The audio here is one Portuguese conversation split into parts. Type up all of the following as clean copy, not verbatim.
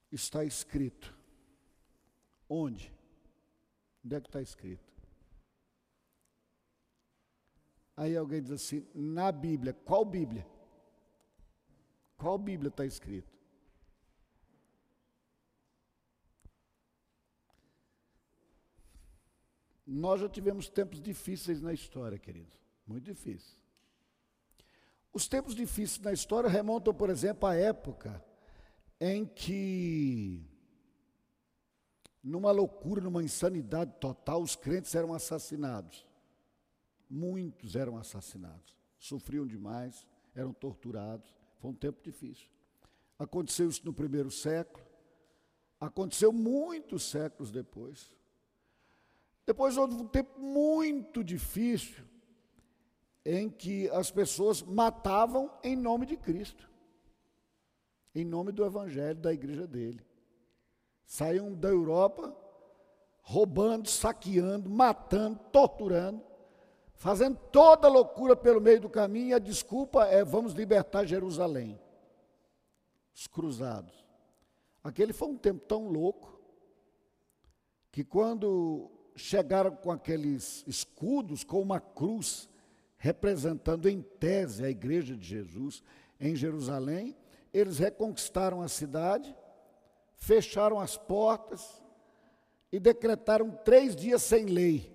está escrito. Onde? Onde é que está escrito? Aí alguém diz assim, na Bíblia. Qual Bíblia? Qual Bíblia está escrito? Nós já tivemos tempos difíceis na história, queridos. Muito difíceis. Os tempos difíceis na história remontam, por exemplo, à época em que, numa loucura, numa insanidade total, os crentes eram assassinados. Muitos eram assassinados. Sofriam demais, eram torturados. Foi um tempo difícil. Aconteceu isso no primeiro século. Aconteceu muitos séculos depois. Depois houve um tempo muito difícil em que as pessoas matavam em nome de Cristo, em nome do Evangelho, da igreja dele. Saíam da Europa roubando, saqueando, matando, torturando, fazendo toda loucura pelo meio do caminho, e a desculpa é: vamos libertar Jerusalém. Os cruzados. Aquele foi um tempo tão louco, que quando chegaram com aqueles escudos, com uma cruz, representando em tese a igreja de Jesus em Jerusalém, eles reconquistaram a cidade, fecharam as portas e decretaram 3 dias sem lei.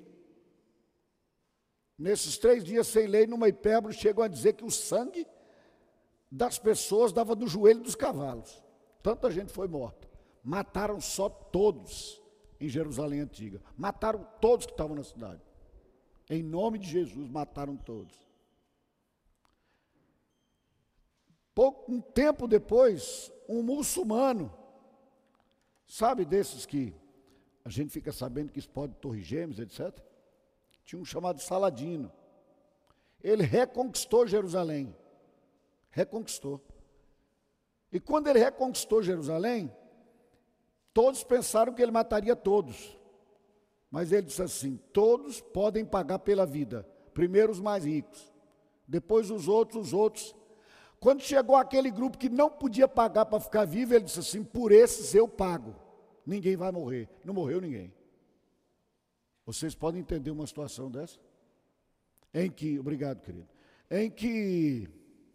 Nesses 3 dias sem lei, numa hipérbole, chegam a dizer que o sangue das pessoas dava no joelho dos cavalos. Tanta gente foi morta. Mataram só todos em Jerusalém antiga. Mataram todos que estavam na cidade. Em nome de Jesus, mataram todos. Um tempo depois, um muçulmano, sabe desses que a gente fica sabendo que explode torres gêmeas, etc., tinha um chamado Saladino. Ele reconquistou Jerusalém. Reconquistou. E quando ele reconquistou Jerusalém, todos pensaram que ele mataria todos. Mas ele disse assim: todos podem pagar pela vida. Primeiro os mais ricos, depois os outros. Quando chegou aquele grupo que não podia pagar para ficar vivo, ele disse assim: por esses eu pago. Ninguém vai morrer. Não morreu ninguém. Vocês podem entender uma situação dessa? Em que, obrigado, querido, em que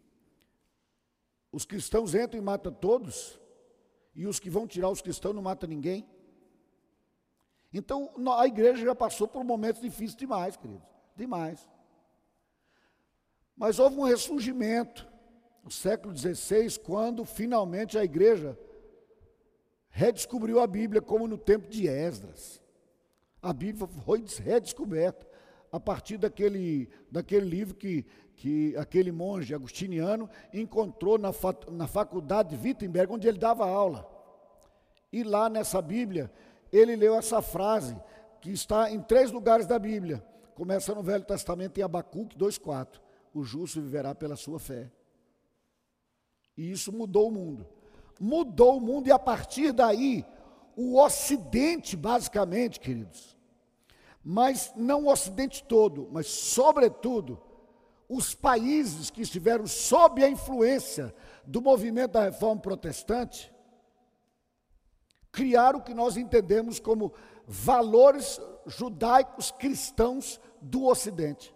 os cristãos entram e matam todos, e os que vão tirar os cristãos não matam ninguém. Então, a igreja já passou por momentos difíceis demais, queridos, demais. Mas houve um ressurgimento no século XVI, quando finalmente a igreja redescobriu a Bíblia, como no tempo de Esdras. A Bíblia foi redescoberta a partir daquele livro que aquele monge agustiniano encontrou na faculdade de Wittenberg, onde ele dava aula. E lá nessa Bíblia, ele leu essa frase, que está em 3 lugares da Bíblia. Começa no Velho Testamento, em Abacuque 2,4. O justo viverá pela sua fé. E isso mudou o mundo. Mudou o mundo, e a partir daí, o Ocidente, basicamente, queridos, mas não o Ocidente todo, mas sobretudo os países que estiveram sob a influência do movimento da Reforma Protestante, criaram o que nós entendemos como valores judaicos cristãos do Ocidente.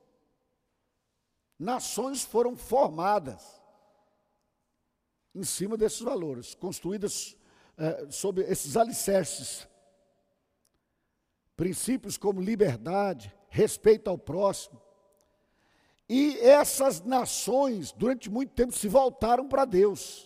Nações foram formadas em cima desses valores, construídas sobre esses alicerces. Princípios como liberdade, respeito ao próximo. E essas nações, durante muito tempo, se voltaram para Deus.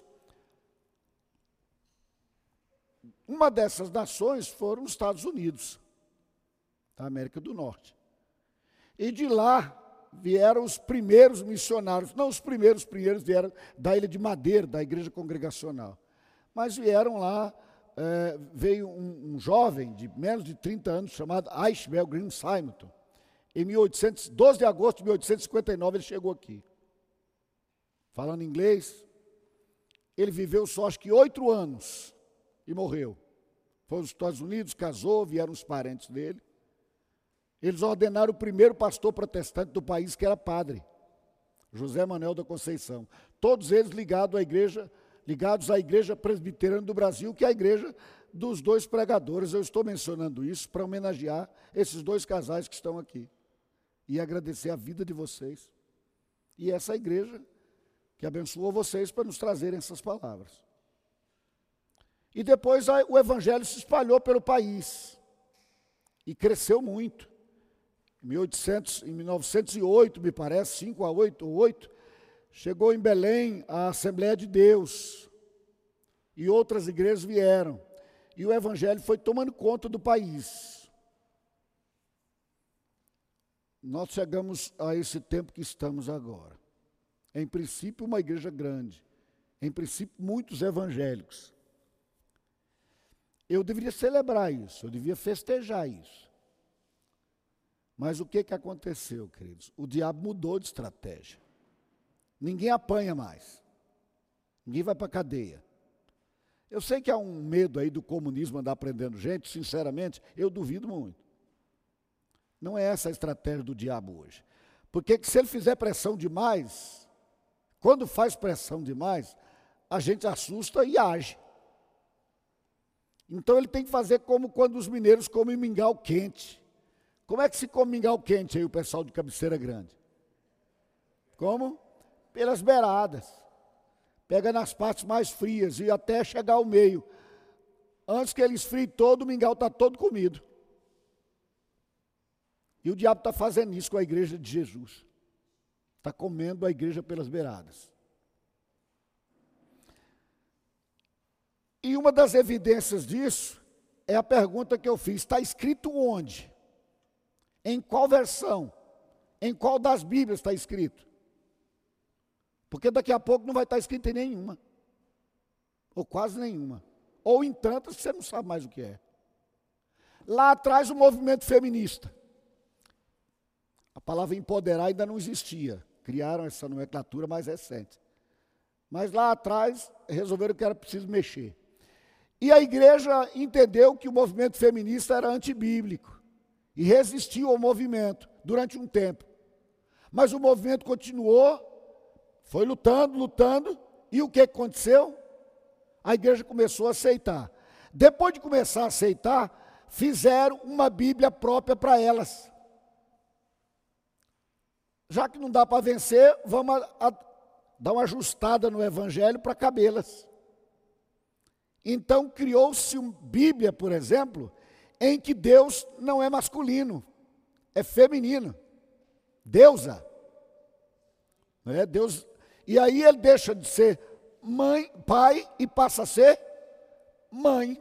Uma dessas nações foram os Estados Unidos, da América do Norte. E de lá vieram os primeiros missionários, não os primeiros vieram da Ilha de Madeira, da Igreja Congregacional. Mas vieram lá, veio um jovem de menos de 30 anos, chamado Ishmael Green Simonton. Em 12 de agosto de 1859, ele chegou aqui. Falando inglês, ele viveu só acho que 8 anos e morreu. Foi aos Estados Unidos, casou, vieram os parentes dele. Eles ordenaram o primeiro pastor protestante do país, que era padre, José Manuel da Conceição. Todos eles ligados à igreja ligados à Igreja Presbiteriana do Brasil, que é a igreja dos dois pregadores. Eu estou mencionando isso para homenagear esses dois casais que estão aqui e agradecer a vida de vocês e essa igreja que abençoou vocês para nos trazerem essas palavras. E depois o evangelho se espalhou pelo país e cresceu muito. Em 1908, me parece, 5 a 8 ou 8, chegou em Belém a Assembleia de Deus e outras igrejas vieram. E o evangelho foi tomando conta do país. Nós chegamos a esse tempo que estamos agora. Em princípio, uma igreja grande. Em princípio, muitos evangélicos. Eu deveria celebrar isso, eu devia festejar isso. Mas o que aconteceu, queridos? O diabo mudou de estratégia. Ninguém apanha mais. Ninguém vai para a cadeia. Eu sei que há um medo aí do comunismo andar prendendo gente, sinceramente, eu duvido muito. Não é essa a estratégia do diabo hoje. Porque se ele fizer pressão demais, quando faz pressão demais, a gente assusta e age. Então ele tem que fazer como quando os mineiros comem mingau quente. Como é que se come mingau quente aí, o pessoal de Cabeceira Grande? Como? Pelas beiradas. Pega nas partes mais frias e até chegar ao meio. Antes que ele esfrie todo, o mingau está todo comido. E o diabo está fazendo isso com a igreja de Jesus. Está comendo a igreja pelas beiradas. E uma das evidências disso é a pergunta que eu fiz. Está escrito onde? Em qual versão? Em qual das Bíblias está escrito? Porque daqui a pouco não vai estar escrito em nenhuma. Ou quase nenhuma. Ou em tantas que você não sabe mais o que é. Lá atrás o movimento feminista. A palavra empoderar ainda não existia. Criaram essa nomenclatura mais recente. Mas lá atrás resolveram que era preciso mexer. E a igreja entendeu que o movimento feminista era antibíblico. E resistiu ao movimento durante um tempo. Mas o movimento continuou, foi lutando, e o que aconteceu? A igreja começou a aceitar. Depois de começar a aceitar, fizeram uma Bíblia própria para elas. Já que não dá para vencer, vamos dar uma ajustada no evangelho para cabê-las. Então criou-se uma Bíblia, por exemplo, em que Deus não é masculino, é feminino. Deusa. Não é? Deus. E aí ele deixa de ser mãe, pai e passa a ser mãe.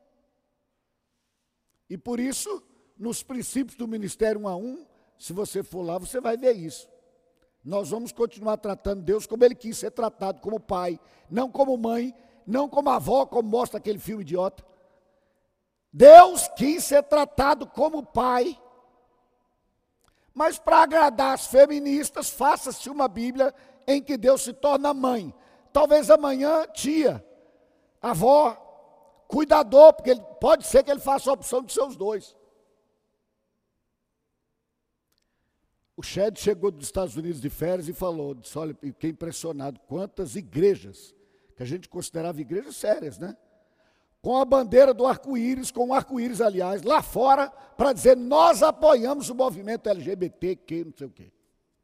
E por isso, nos princípios do ministério 1 a 1, se você for lá, você vai ver isso. Nós vamos continuar tratando Deus como Ele quis ser tratado, como pai, não como mãe, não como avó, como mostra aquele filme idiota. Deus quis ser tratado como pai. Mas para agradar as feministas, faça-se uma Bíblia em que Deus se torna mãe. Talvez amanhã tia, avó, cuidador, porque pode ser que ele faça a opção de seus dois. O Shed chegou dos Estados Unidos de férias e falou, disse, olha, fiquei impressionado, quantas igrejas, que a gente considerava igrejas sérias, né? Com a bandeira do arco-íris, com o arco-íris, aliás, lá fora, para dizer, nós apoiamos o movimento LGBTQ, não sei o quê.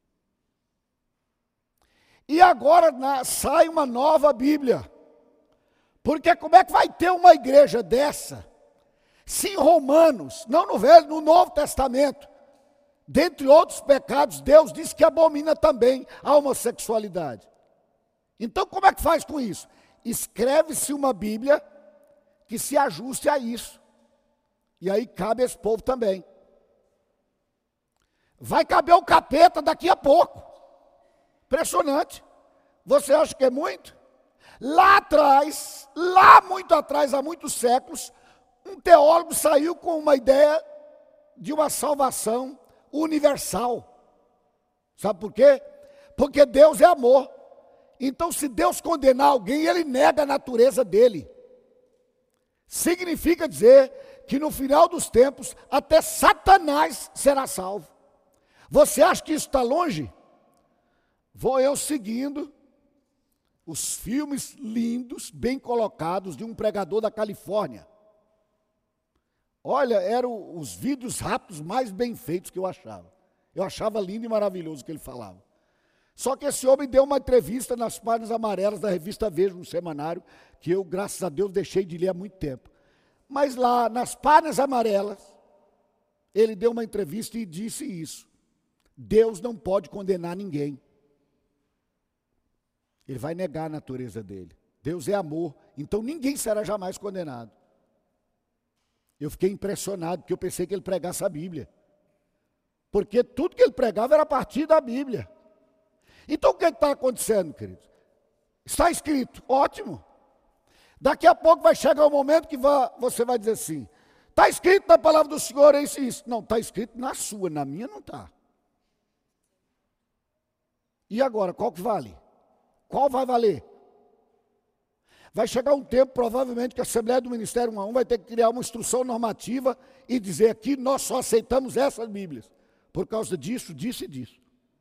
E agora sai uma nova Bíblia. Porque como é que vai ter uma igreja dessa, se em Romanos, não no Velho, no Novo Testamento, dentre outros pecados, Deus diz que abomina também a homossexualidade. Então, como é que faz com isso? Escreve-se uma Bíblia que se ajuste a isso. E aí cabe esse povo também. Vai caber o capeta daqui a pouco. Impressionante. Você acha que é muito? Lá atrás, lá muito atrás, há muitos séculos, um teólogo saiu com uma ideia de uma salvação universal. Sabe por quê? Porque Deus é amor. Então, se Deus condenar alguém, ele nega a natureza dele. Significa dizer que no final dos tempos, até Satanás será salvo. Você acha que isso está longe? Vou eu seguindo os filmes lindos, bem colocados, de um pregador da Califórnia. Olha, eram os vídeos rápidos mais bem feitos que eu achava. Eu achava lindo e maravilhoso o que ele falava. Só que esse homem deu uma entrevista nas páginas amarelas da revista Veja, um semanário, que eu, graças a Deus, deixei de ler há muito tempo. Mas lá, nas páginas amarelas, ele deu uma entrevista e disse isso. Deus não pode condenar ninguém. Ele vai negar a natureza dele. Deus é amor, então ninguém será jamais condenado. Eu fiquei impressionado, porque eu pensei que ele pregasse a Bíblia. Porque tudo que ele pregava era a partir da Bíblia. Então o que está acontecendo, queridos? Está escrito, ótimo. Daqui a pouco vai chegar o momento que você vai dizer assim, está escrito na palavra do Senhor isso e isso. Não, está escrito na sua, na minha não está. E agora, qual que vale? Qual vai valer? Vai chegar um tempo, provavelmente, que a Assembleia do Ministério 1 a 1 vai ter que criar uma instrução normativa e dizer aqui, nós só aceitamos essas Bíblias, por causa disso, disso e disso.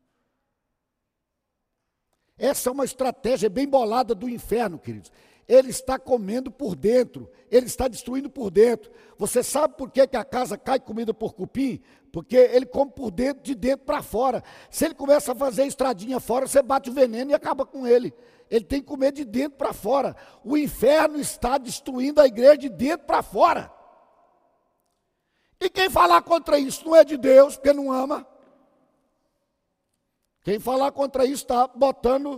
Essa é uma estratégia bem bolada do inferno, queridos. Ele está comendo por dentro, ele está destruindo por dentro. Você sabe por que a casa cai comida por cupim? Porque ele come por dentro, de dentro para fora. Se ele começa a fazer estradinha fora, você bate o veneno e acaba com ele. Ele tem que comer de dentro para fora. O inferno está destruindo a igreja de dentro para fora. E quem falar contra isso não é de Deus, porque não ama. Quem falar contra isso está botando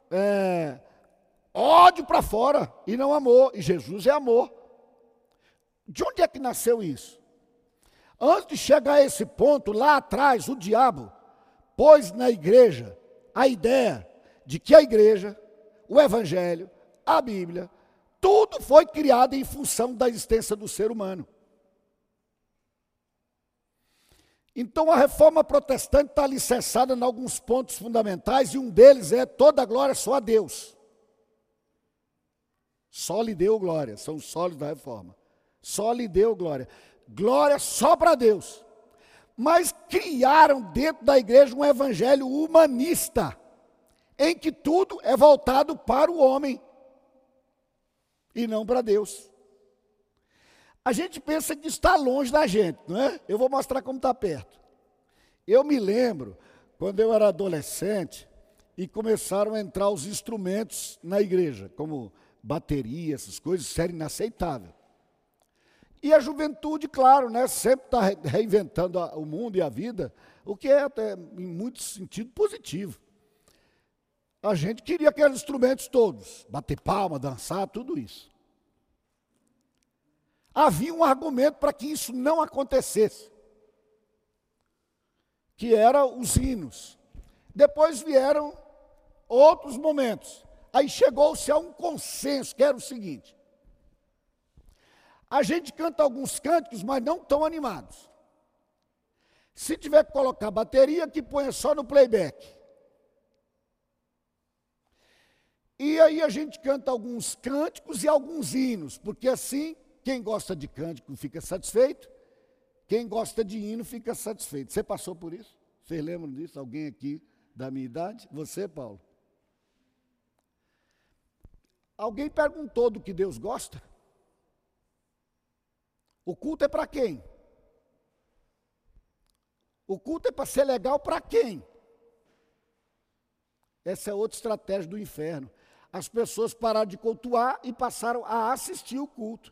ódio para fora e não amor. E Jesus é amor. De onde é que nasceu isso? Antes de chegar a esse ponto, lá atrás, o diabo pôs na igreja a ideia de que a igreja, o evangelho, a Bíblia, tudo foi criado em função da existência do ser humano. Então a reforma protestante está alicerçada em alguns pontos fundamentais, e um deles é toda a glória só a Deus. Só lhe deu glória, são os solos da reforma. Só lhe deu glória. Glória só para Deus. Mas criaram dentro da igreja um evangelho humanista, em que tudo é voltado para o homem e não para Deus. A gente pensa que está longe da gente, não é? Eu vou mostrar como está perto. Eu me lembro, quando eu era adolescente, e começaram a entrar os instrumentos na igreja, como bateria, essas coisas, isso era inaceitável. E a juventude, claro, né, sempre está reinventando o mundo e a vida, o que é até, em muito sentido, positivo. A gente queria aqueles instrumentos todos, bater palma, dançar, tudo isso. Havia um argumento para que isso não acontecesse, que eram os hinos. Depois vieram outros momentos. Aí chegou-se a um consenso, que era o seguinte: a gente canta alguns cânticos, mas não tão animados. Se tiver que colocar bateria, que ponha só no playback. E aí a gente canta alguns cânticos e alguns hinos, porque assim, quem gosta de cântico fica satisfeito, quem gosta de hino fica satisfeito. Você passou por isso? Vocês lembram disso? Alguém aqui da minha idade? Você, Paulo? Alguém perguntou do que Deus gosta? O culto é para quem? O culto é para ser legal para quem? Essa é outra estratégia do inferno. As pessoas pararam de cultuar e passaram a assistir o culto.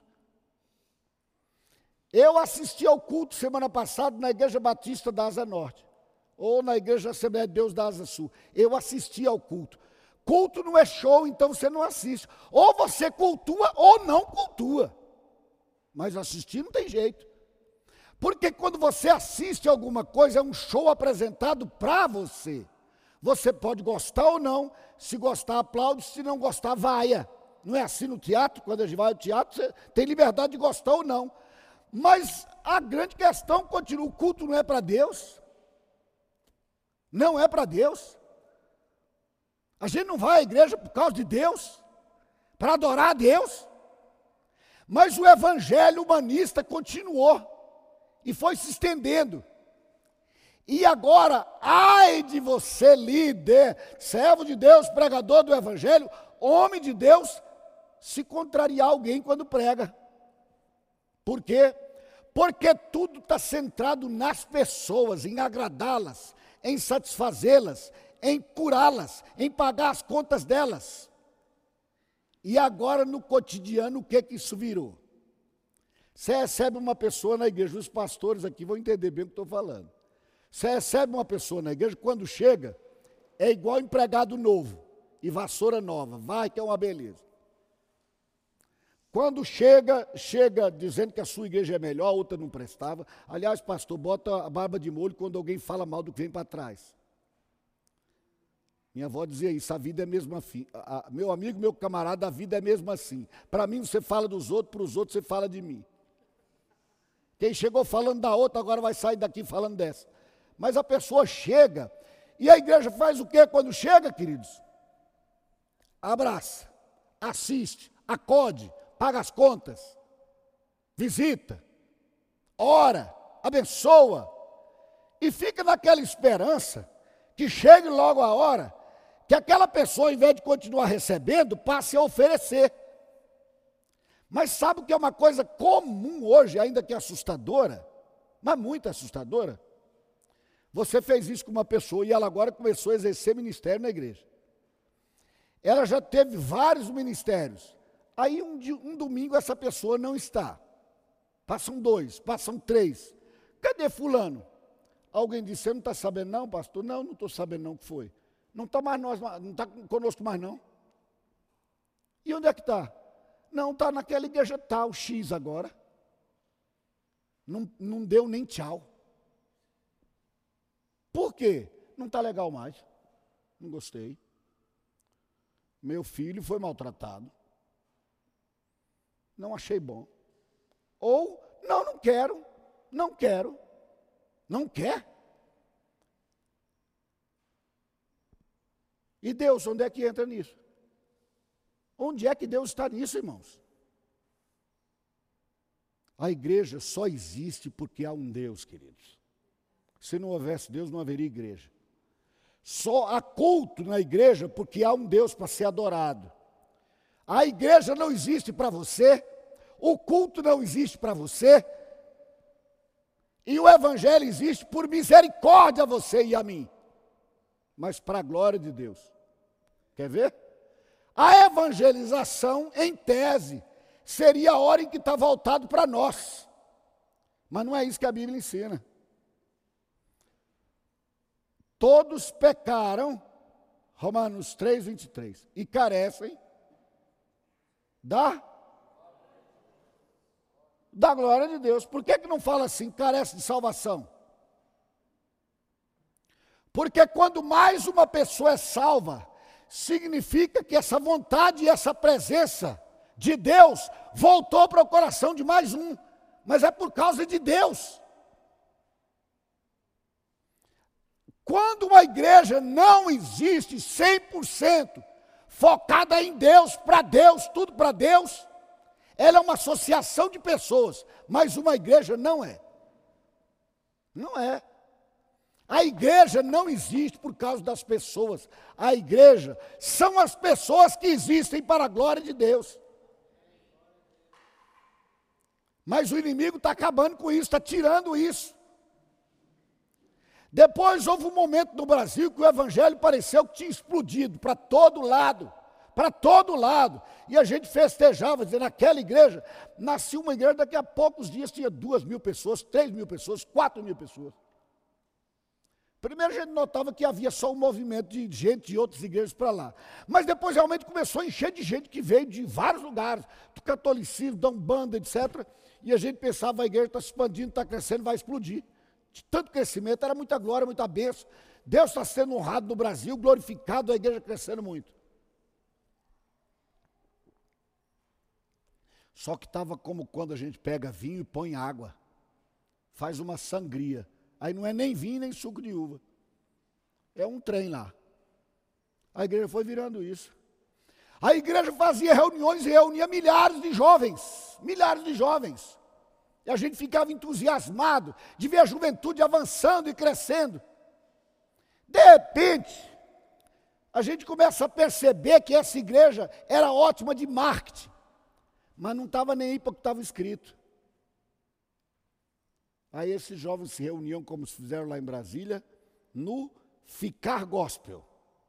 Eu assisti ao culto semana passada na Igreja Batista da Asa Norte, ou na Igreja Assembleia de Deus da Asa Sul. Eu assisti ao culto. Culto não é show, então você não assiste. Ou você cultua ou não cultua. Mas assistir não tem jeito. Porque quando você assiste alguma coisa, é um show apresentado para você. Você pode gostar ou não. Se gostar, aplaude. Se não gostar, vaia. Não é assim no teatro? Quando a gente vai ao teatro, você tem liberdade de gostar ou não. Mas a grande questão continua: o culto não é para Deus. Não é para Deus. A gente não vai à igreja por causa de Deus, para adorar a Deus. Mas o evangelho humanista continuou e foi se estendendo. E agora, ai de você, líder, servo de Deus, pregador do evangelho, homem de Deus se contrariar alguém quando prega. Por quê? Porque tudo está centrado nas pessoas, em agradá-las, em satisfazê-las, em curá-las, em pagar as contas delas. E agora no cotidiano, o que isso virou? Você recebe uma pessoa na igreja, os pastores aqui vão entender bem o que estou falando. Você recebe uma pessoa na igreja, quando chega, é igual empregado novo e vassoura nova, vai que é uma beleza. Quando chega dizendo que a sua igreja é melhor, a outra não prestava. Aliás, pastor, bota a barba de molho quando alguém fala mal do que vem para trás. Minha avó dizia isso, a vida é mesmo assim. Meu amigo, meu camarada, a vida é mesmo assim. Para mim você fala dos outros, para os outros você fala de mim. Quem chegou falando da outra, agora vai sair daqui falando dessa. Mas a pessoa chega, e a igreja faz o quê quando chega, queridos? Abraça, assiste, acode, paga as contas, visita, ora, abençoa, e fica naquela esperança que chegue logo a hora que aquela pessoa, em vez de continuar recebendo, passe a oferecer. Mas sabe o que é uma coisa comum hoje, ainda que assustadora, mas muito assustadora? Você fez isso com uma pessoa e ela agora começou a exercer ministério na igreja. Ela já teve vários ministérios. Aí um domingo essa pessoa não está. Passam 2, passam 3. Cadê fulano? Alguém disse, você não está sabendo não, pastor? Não estou sabendo não o que foi. Não está mais nós, não está conosco mais não. E onde é que está? Não, está naquela igreja tal, X agora. Não deu nem tchau. Por quê? Não está legal mais. Não gostei. Meu filho foi maltratado. Não achei bom. Ou, não quero. Não quer? E Deus, onde é que entra nisso? Onde é que Deus está nisso, irmãos? A igreja só existe porque há um Deus, queridos. Se não houvesse Deus, não haveria igreja. Só há culto na igreja porque há um Deus para ser adorado. A igreja não existe para você, o culto não existe para você, e o evangelho existe por misericórdia a você e a mim, mas para a glória de Deus. Quer ver? A evangelização, em tese, seria a hora em que está voltado para nós, mas não é isso que a Bíblia ensina. Todos pecaram, Romanos 3, 23, e carecem da glória de Deus. Por que não fala assim, carece de salvação? Porque quando mais uma pessoa é salva, significa que essa vontade e essa presença de Deus voltou para o coração de mais um, mas é por causa de Deus. Quando uma igreja não existe 100% focada em Deus, para Deus, tudo para Deus, ela é uma associação de pessoas, mas uma igreja não é. Não é. A igreja não existe por causa das pessoas. A igreja são as pessoas que existem para a glória de Deus. Mas o inimigo está acabando com isso, está tirando isso. Depois houve um momento no Brasil que o evangelho pareceu que tinha explodido para todo lado. Para todo lado, e a gente festejava, dizendo, naquela igreja, nasceu uma igreja, daqui a poucos dias tinha 2.000 pessoas, 3.000 pessoas, 4.000 pessoas. Primeiro a gente notava que havia só um movimento de gente de outras igrejas para lá, mas depois realmente começou a encher de gente que veio de vários lugares, do catolicismo, da Umbanda, etc., e a gente pensava, a igreja está se expandindo, está crescendo, vai explodir. De tanto crescimento, era muita glória, muita bênção. Deus está sendo honrado no Brasil, glorificado, a igreja crescendo muito. Só que estava como quando a gente pega vinho e põe água, faz uma sangria. Aí não é nem vinho, nem suco de uva. É um trem lá. A igreja foi virando isso. A igreja fazia reuniões e reunia milhares de jovens. Milhares de jovens. E a gente ficava entusiasmado de ver a juventude avançando e crescendo. De repente, a gente começa a perceber que essa igreja era ótima de marketing, mas não estava nem aí para o que estava escrito. Aí esses jovens se reuniam, como se fizeram lá em Brasília, no Ficar Gospel.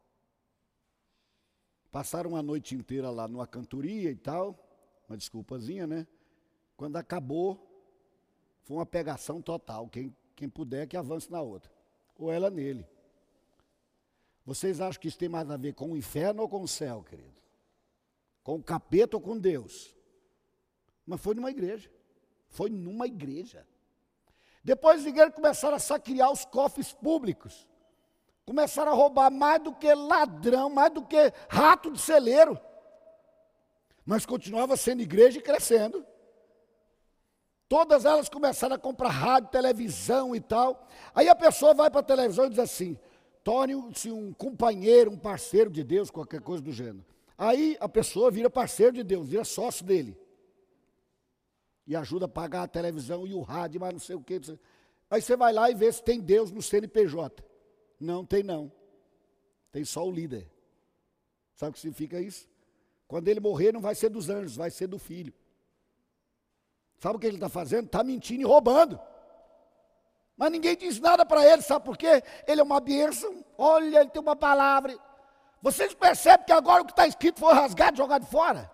Passaram a noite inteira lá numa cantoria e tal, uma desculpazinha, né? Quando acabou, foi uma pegação total. Quem puder que avance na outra. Ou ela nele. Vocês acham que isso tem mais a ver com o inferno ou com o céu, querido? Com o capeta ou com Deus? Mas foi numa igreja. Foi numa igreja. Depois as igrejas começaram a saquear os cofres públicos. Começaram a roubar mais do que ladrão, mais do que rato de celeiro. Mas continuava sendo igreja e crescendo. Todas elas começaram a comprar rádio, televisão e tal. Aí a pessoa vai para a televisão e diz assim, torne-se um companheiro, um parceiro de Deus, qualquer coisa do gênero. Aí a pessoa vira parceiro de Deus, vira sócio dele. E ajuda a pagar a televisão e o rádio, mas não sei o quê. Aí você vai lá e vê se tem Deus no CNPJ. Não, tem não. Tem só o líder. Sabe o que significa isso? Quando ele morrer não vai ser dos anjos, vai ser do filho. Sabe o que ele está fazendo? Está mentindo e roubando. Mas ninguém diz nada para ele, sabe por quê? Ele é uma bênção, olha, ele tem uma palavra. Vocês percebem que agora o que está escrito foi rasgado e jogado fora?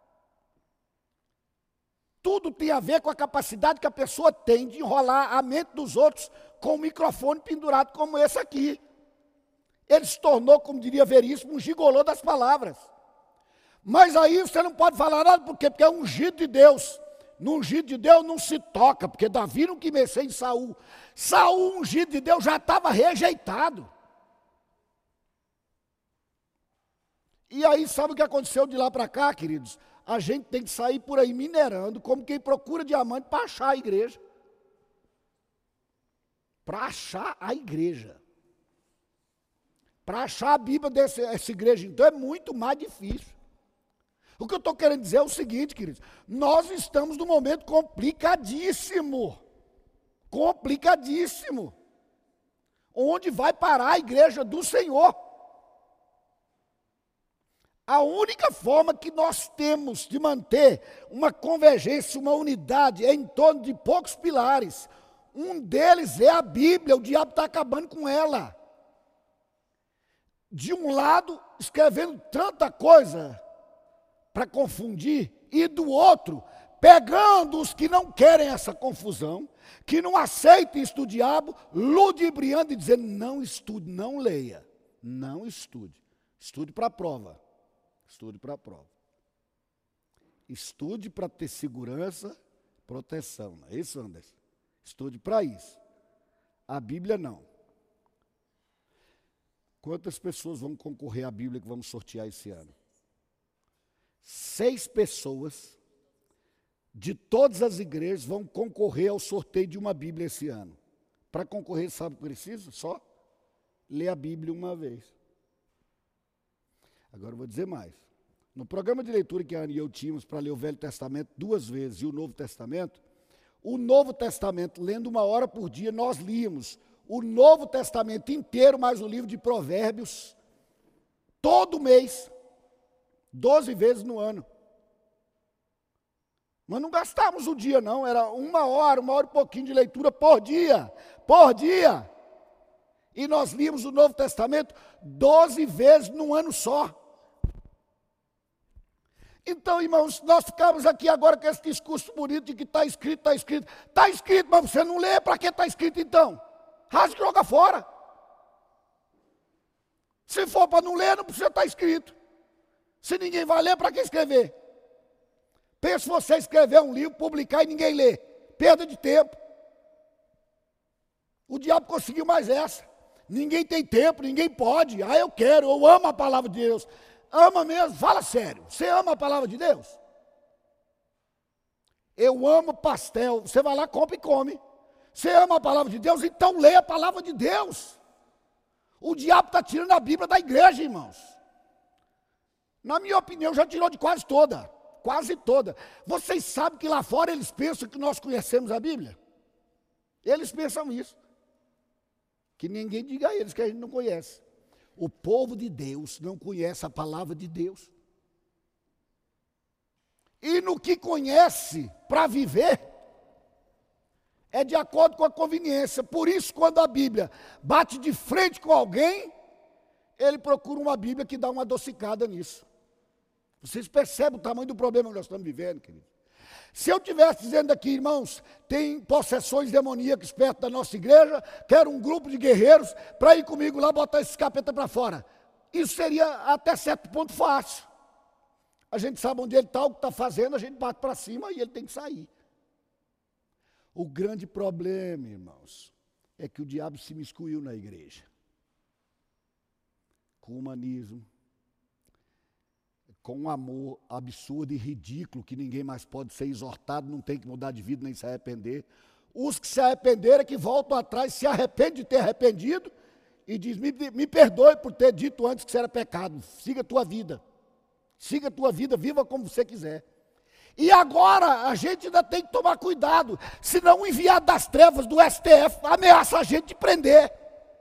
Tudo tem a ver com a capacidade que a pessoa tem de enrolar a mente dos outros com um microfone pendurado como esse aqui. Ele se tornou, como diria Veríssimo, um gigolô das palavras. Mas aí você não pode falar nada, por quê? Porque é ungido de Deus. No ungido de Deus não se toca, porque Davi não quis mexer em Saul. Saul, ungido de Deus, já estava rejeitado. E aí, sabe o que aconteceu de lá para cá, queridos? A gente tem que sair por aí minerando, como quem procura diamante para achar a igreja. Para achar a igreja. Para achar a Bíblia dessa igreja, então, é muito mais difícil. O que eu estou querendo dizer é o seguinte, queridos. Nós estamos num momento complicadíssimo. Complicadíssimo. Onde vai parar a igreja do Senhor? A única forma que nós temos de manter uma convergência, uma unidade, é em torno de poucos pilares. Um deles é a Bíblia, o diabo está acabando com ela. De um lado, escrevendo tanta coisa para confundir, e do outro, pegando os que não querem essa confusão, que não aceitem isso do diabo, ludibriando e dizendo, não estude, não leia, não estude. Estude para a prova. Estude para a prova. Estude para ter segurança, proteção. Não é isso, Anderson? Estude para isso. A Bíblia não. Quantas pessoas vão concorrer à Bíblia que vamos sortear esse ano? 6 pessoas de todas as igrejas vão concorrer ao sorteio de uma Bíblia esse ano. Para concorrer, sabe o que precisa? Só ler a Bíblia uma vez. Agora eu vou dizer mais. No programa de leitura que a Ana e eu tínhamos para ler o Velho Testamento 2 vezes e o Novo Testamento, lendo 1 hora por dia, nós líamos o Novo Testamento inteiro, mais o livro de Provérbios, todo mês, 12 vezes no ano. Mas não gastávamos o dia não, era 1 hora e pouquinho de leitura por dia. E nós líamos o Novo Testamento 12 vezes num ano só. Então, irmãos, nós ficamos aqui agora com esse discurso bonito de que está escrito, está escrito. Está escrito, mas você não lê, para que está escrito então? Rasga e joga fora. Se for para não ler, não precisa estar escrito. Se ninguém vai ler, para que escrever? Pensa você escrever um livro, publicar e ninguém lê. Perda de tempo. O diabo conseguiu mais essa. Ninguém tem tempo, ninguém pode. Ah, eu quero, eu amo a palavra de Deus. Ama mesmo? Fala sério. Você ama a palavra de Deus? Eu amo pastel. Você vai lá, compra e come. Você ama a palavra de Deus? Então lê a palavra de Deus. O diabo está tirando a Bíblia da igreja, irmãos. Na minha opinião, já tirou de quase toda. Quase toda. Vocês sabem que lá fora eles pensam que nós conhecemos a Bíblia? Eles pensam isso. Que ninguém diga a eles que a gente não conhece. O povo de Deus não conhece a palavra de Deus. E no que conhece para viver, é de acordo com a conveniência. Por isso, quando a Bíblia bate de frente com alguém, ele procura uma Bíblia que dá uma adocicada nisso. Vocês percebem o tamanho do problema que nós estamos vivendo, querido? Se eu estivesse dizendo aqui, irmãos, tem possessões demoníacas perto da nossa igreja, quero um grupo de guerreiros para ir comigo lá botar esses capeta para fora. Isso seria até certo ponto fácil. A gente sabe onde ele está, o que está fazendo, a gente bate para cima e ele tem que sair. O grande problema, irmãos, é que o diabo se miscuiu na igreja. Com humanismo, com um amor absurdo e ridículo, que ninguém mais pode ser exortado, não tem que mudar de vida nem se arrepender. Os que se arrependeram é que voltam atrás, se arrependem de ter arrependido e diz, me perdoe por ter dito antes que isso era pecado, siga a tua vida. Siga a tua vida, viva como você quiser. E agora a gente ainda tem que tomar cuidado, senão o enviado das trevas do STF ameaça a gente de prender.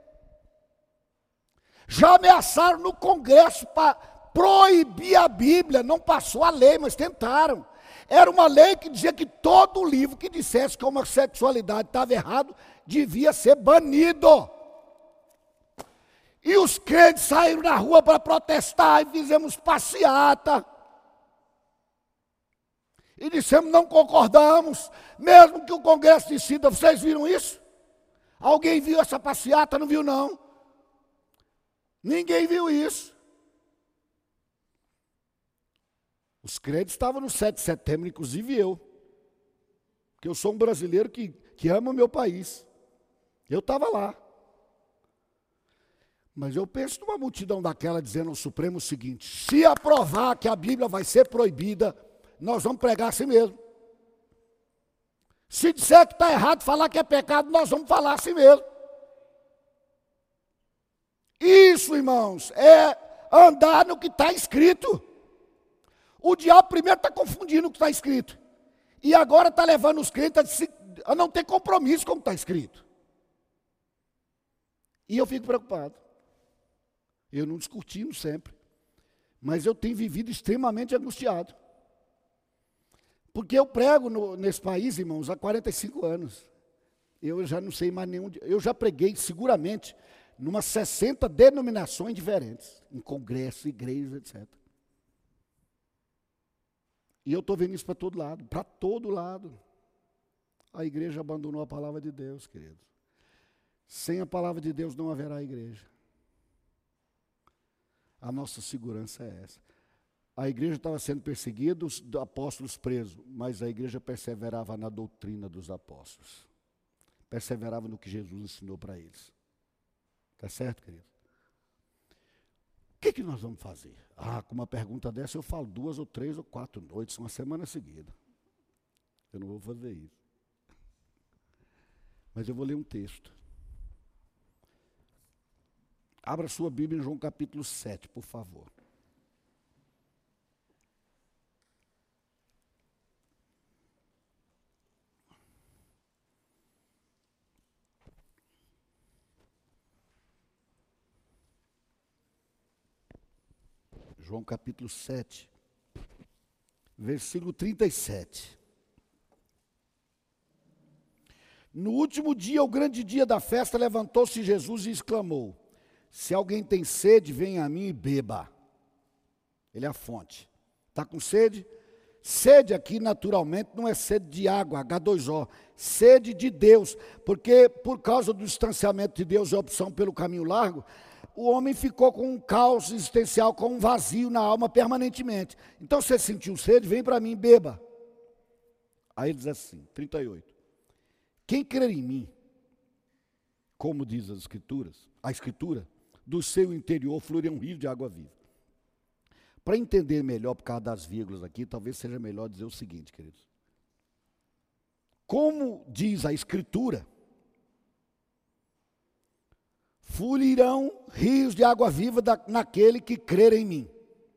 Já ameaçaram no Congresso para proibir a Bíblia, não passou a lei, mas tentaram. Era uma lei que dizia que todo livro que dissesse que a homossexualidade estava errado, devia ser banido. E os crentes saíram na rua para protestar e fizemos passeata. E dissemos, não concordamos, mesmo que o Congresso decida. Vocês viram isso? Alguém viu essa passeata? Não viu, não. Ninguém viu isso. Os crentes estavam no 7 de setembro, inclusive eu. Porque eu sou um brasileiro que ama o meu país. Eu estava lá. Mas eu penso numa multidão daquela dizendo ao Supremo o seguinte, se aprovar que a Bíblia vai ser proibida, nós vamos pregar assim mesmo. Se disser que está errado, falar que é pecado, nós vamos falar assim mesmo. Isso, irmãos, é andar no que está escrito. O diabo primeiro está confundindo o que está escrito. E agora está levando os crentes a não ter compromisso com o que está escrito. E eu fico preocupado. Eu não discutindo sempre. Mas eu tenho vivido extremamente angustiado. Porque eu prego nesse país, irmãos, há 45 anos. Eu já não sei mais nenhum. Eu já preguei seguramente numas 60 denominações diferentes. Em congresso, igreja, etc. E eu estou vendo isso para todo lado. Para todo lado. A igreja abandonou a palavra de Deus, queridos. Sem a palavra de Deus não haverá igreja. A nossa segurança é essa. A igreja estava sendo perseguida, os apóstolos presos, mas a igreja perseverava na doutrina dos apóstolos. Perseverava no que Jesus ensinou para eles. Está certo, querido? O que nós vamos fazer? Com uma pergunta dessa eu falo 2 ou 3 ou 4 noites, uma semana seguida. Eu não vou fazer isso. Mas eu vou ler um texto. Abra sua Bíblia em João capítulo 7, por favor. João capítulo 7, versículo 37. No último dia, o grande dia da festa, levantou-se Jesus e exclamou: se alguém tem sede, venha a mim e beba. Ele é a fonte. Está com sede? Sede aqui, naturalmente, não é sede de água, H2O. Sede de Deus, porque por causa do distanciamento de Deus e a opção pelo caminho largo, o homem ficou com um caos existencial, com um vazio na alma permanentemente. Então, se você sentiu sede, vem para mim e beba. Aí ele diz assim, 38. Quem crer em mim, como diz as Escrituras, a Escritura, do seu interior fluirá um rio de água viva. Para entender melhor, por causa das vírgulas aqui, talvez seja melhor dizer o seguinte, queridos. Como diz a Escritura, fluirão rios de água viva naquele que crer em mim.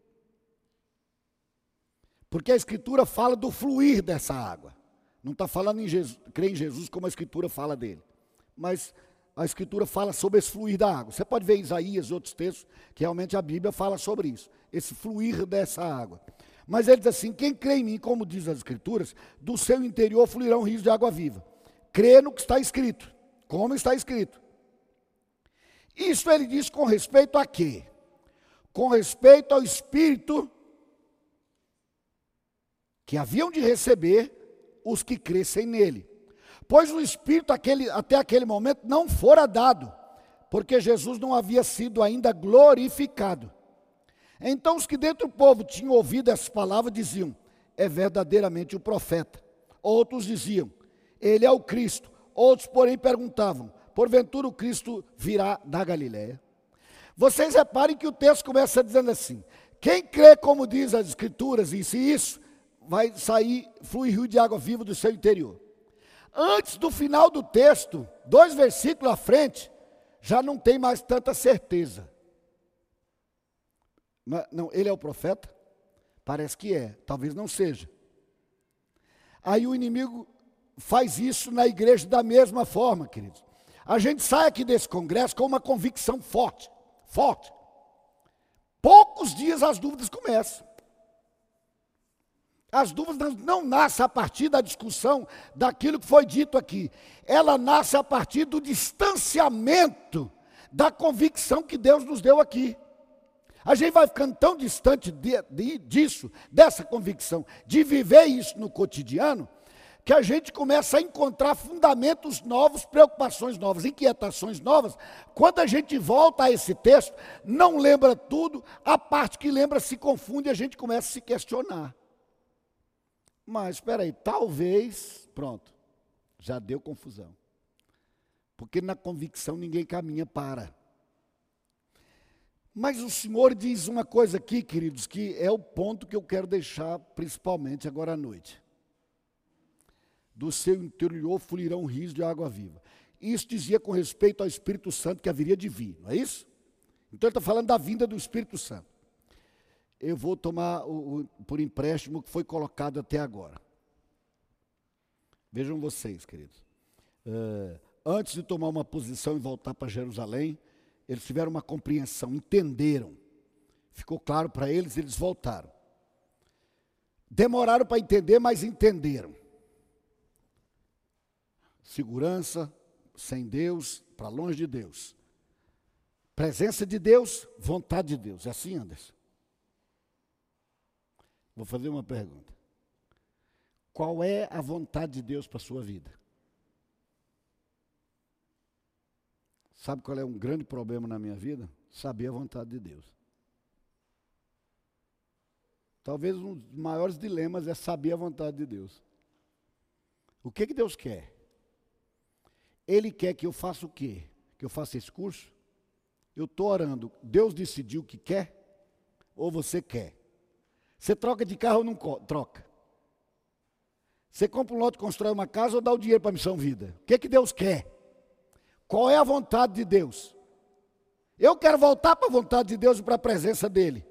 Porque a Escritura fala do fluir dessa água. Não está falando em Jesus, crer em Jesus como a Escritura fala dele. Mas a Escritura fala sobre esse fluir da água. Você pode ver Isaías e outros textos, que realmente a Bíblia fala sobre isso, esse fluir dessa água. Mas ele diz assim, quem crê em mim, como diz as Escrituras, do seu interior fluirão rios de água viva. Crê no que está escrito, como está escrito. Isso ele diz com respeito a quê? Com respeito ao Espírito que haviam de receber os que crescem nele. Pois o Espírito até aquele momento não fora dado, porque Jesus não havia sido ainda glorificado. Então os que dentro do povo tinham ouvido essas palavras diziam, é verdadeiramente o profeta. Outros diziam, ele é o Cristo. Outros, porém, perguntavam, porventura o Cristo virá da Galileia? Vocês reparem que o texto começa dizendo assim, quem crê como diz as Escrituras, e se isso, vai fluir rio de água viva do seu interior. Antes do final do texto, 2 versículos à frente, já não tem mais tanta certeza. Mas, não, ele é o profeta? Parece que é, talvez não seja. Aí o inimigo faz isso na igreja da mesma forma, queridos. A gente sai aqui desse congresso com uma convicção forte. Poucos dias as dúvidas começam. As dúvidas não nascem a partir da discussão daquilo que foi dito aqui. Ela nasce a partir do distanciamento da convicção que Deus nos deu aqui. A gente vai ficando tão distante disso, dessa convicção, de viver isso no cotidiano, que a gente começa a encontrar fundamentos novos, preocupações novas, inquietações novas. Quando a gente volta a esse texto, não lembra tudo, a parte que lembra se confunde e a gente começa a se questionar. Mas, espera aí, talvez, pronto, já deu confusão. Porque na convicção ninguém caminha para. Mas o Senhor diz uma coisa aqui, queridos, que é o ponto que eu quero deixar principalmente agora à noite. Do seu interior fluirão rios de água viva. Isso dizia com respeito ao Espírito Santo que haveria de vir, não é isso? Então ele está falando da vinda do Espírito Santo. Eu vou tomar por empréstimo o que foi colocado até agora. Vejam vocês, queridos. Antes de tomar uma posição e voltar para Jerusalém, eles tiveram uma compreensão, entenderam. Ficou claro para eles, eles voltaram. Demoraram para entender, mas entenderam. Segurança, sem Deus, para longe de Deus. Presença de Deus, vontade de Deus. É assim, Anderson? Vou fazer uma pergunta. Qual é a vontade de Deus para a sua vida? Sabe qual é um grande problema na minha vida? Saber a vontade de Deus. Talvez um dos maiores dilemas é saber a vontade de Deus. O que Deus quer? Ele quer que eu faça o quê? Que eu faça esse curso? Eu estou orando. Deus decidiu o que quer? Ou você quer? Você troca de carro ou não troca? Você compra um lote, constrói uma casa ou dá o dinheiro para a Missão Vida? O que Deus quer? Qual é a vontade de Deus? Eu quero voltar para a vontade de Deus e para a presença dEle.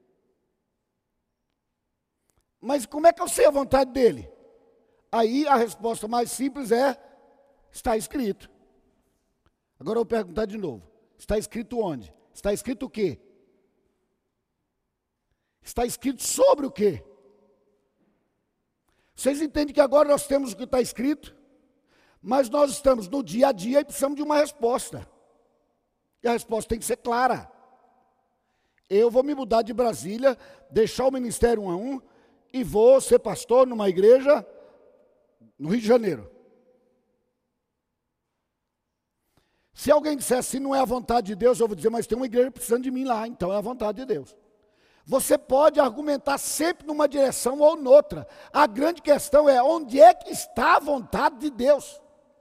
Mas como é que eu sei a vontade dEle? Aí a resposta mais simples é, está escrito. Agora eu vou perguntar de novo. Está escrito onde? Está escrito o quê? Está escrito sobre o quê? Vocês entendem que agora nós temos o que está escrito? Mas nós estamos no dia a dia e precisamos de uma resposta. E a resposta tem que ser clara. Eu vou me mudar de Brasília, deixar o ministério 1 a 1 e vou ser pastor numa igreja no Rio de Janeiro. Se alguém disser assim, não é a vontade de Deus, eu vou dizer, mas tem uma igreja precisando de mim lá, então é a vontade de Deus. Você pode argumentar sempre numa direção ou noutra. A grande questão é, onde é que está a vontade de Deus?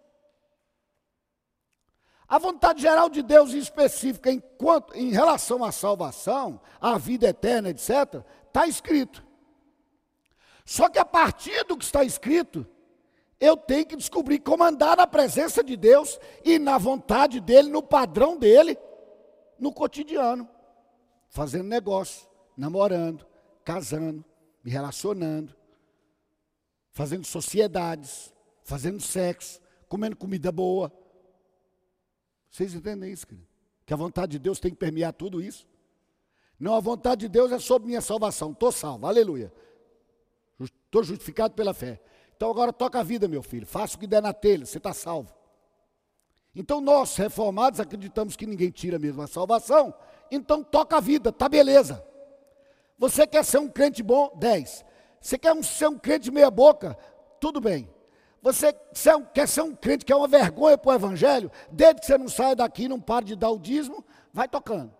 A vontade geral de Deus, em específica, em relação à salvação, à vida eterna, etc., está escrito. Só que a partir do que está escrito, eu tenho que descobrir como andar na presença de Deus e na vontade dEle, no padrão dEle, no cotidiano, fazendo negócio, namorando, casando, me relacionando, fazendo sociedades, fazendo sexo, comendo comida boa. Vocês entendem isso, querido? Que a vontade de Deus tem que permear tudo isso? Não, a vontade de Deus é sobre minha salvação. Estou salvo, aleluia. Estou justificado pela fé. Então agora toca a vida, meu filho. Faça o que der na telha, você está salvo. Então nós, reformados, acreditamos que ninguém tira mesmo a salvação. Então toca a vida, tá beleza. Você quer ser um crente bom? 10. Você quer ser um crente meia boca? Tudo bem. Você quer ser um crente que é uma vergonha para o evangelho? Desde que você não saia daqui, não pare de dar o dízimo, vai tocando.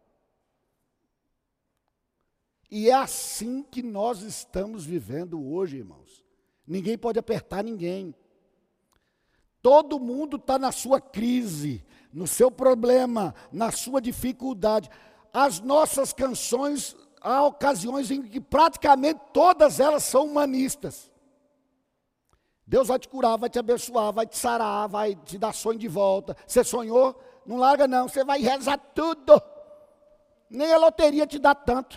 E é assim que nós estamos vivendo hoje, irmãos. Ninguém pode apertar ninguém. Todo mundo está na sua crise, no seu problema, na sua dificuldade. As nossas canções, há ocasiões em que praticamente todas elas são humanistas. Deus vai te curar, vai te abençoar, vai te sarar, vai te dar sonho de volta. Você sonhou? Não larga não, você vai rezar tudo. Nem a loteria te dá tanto.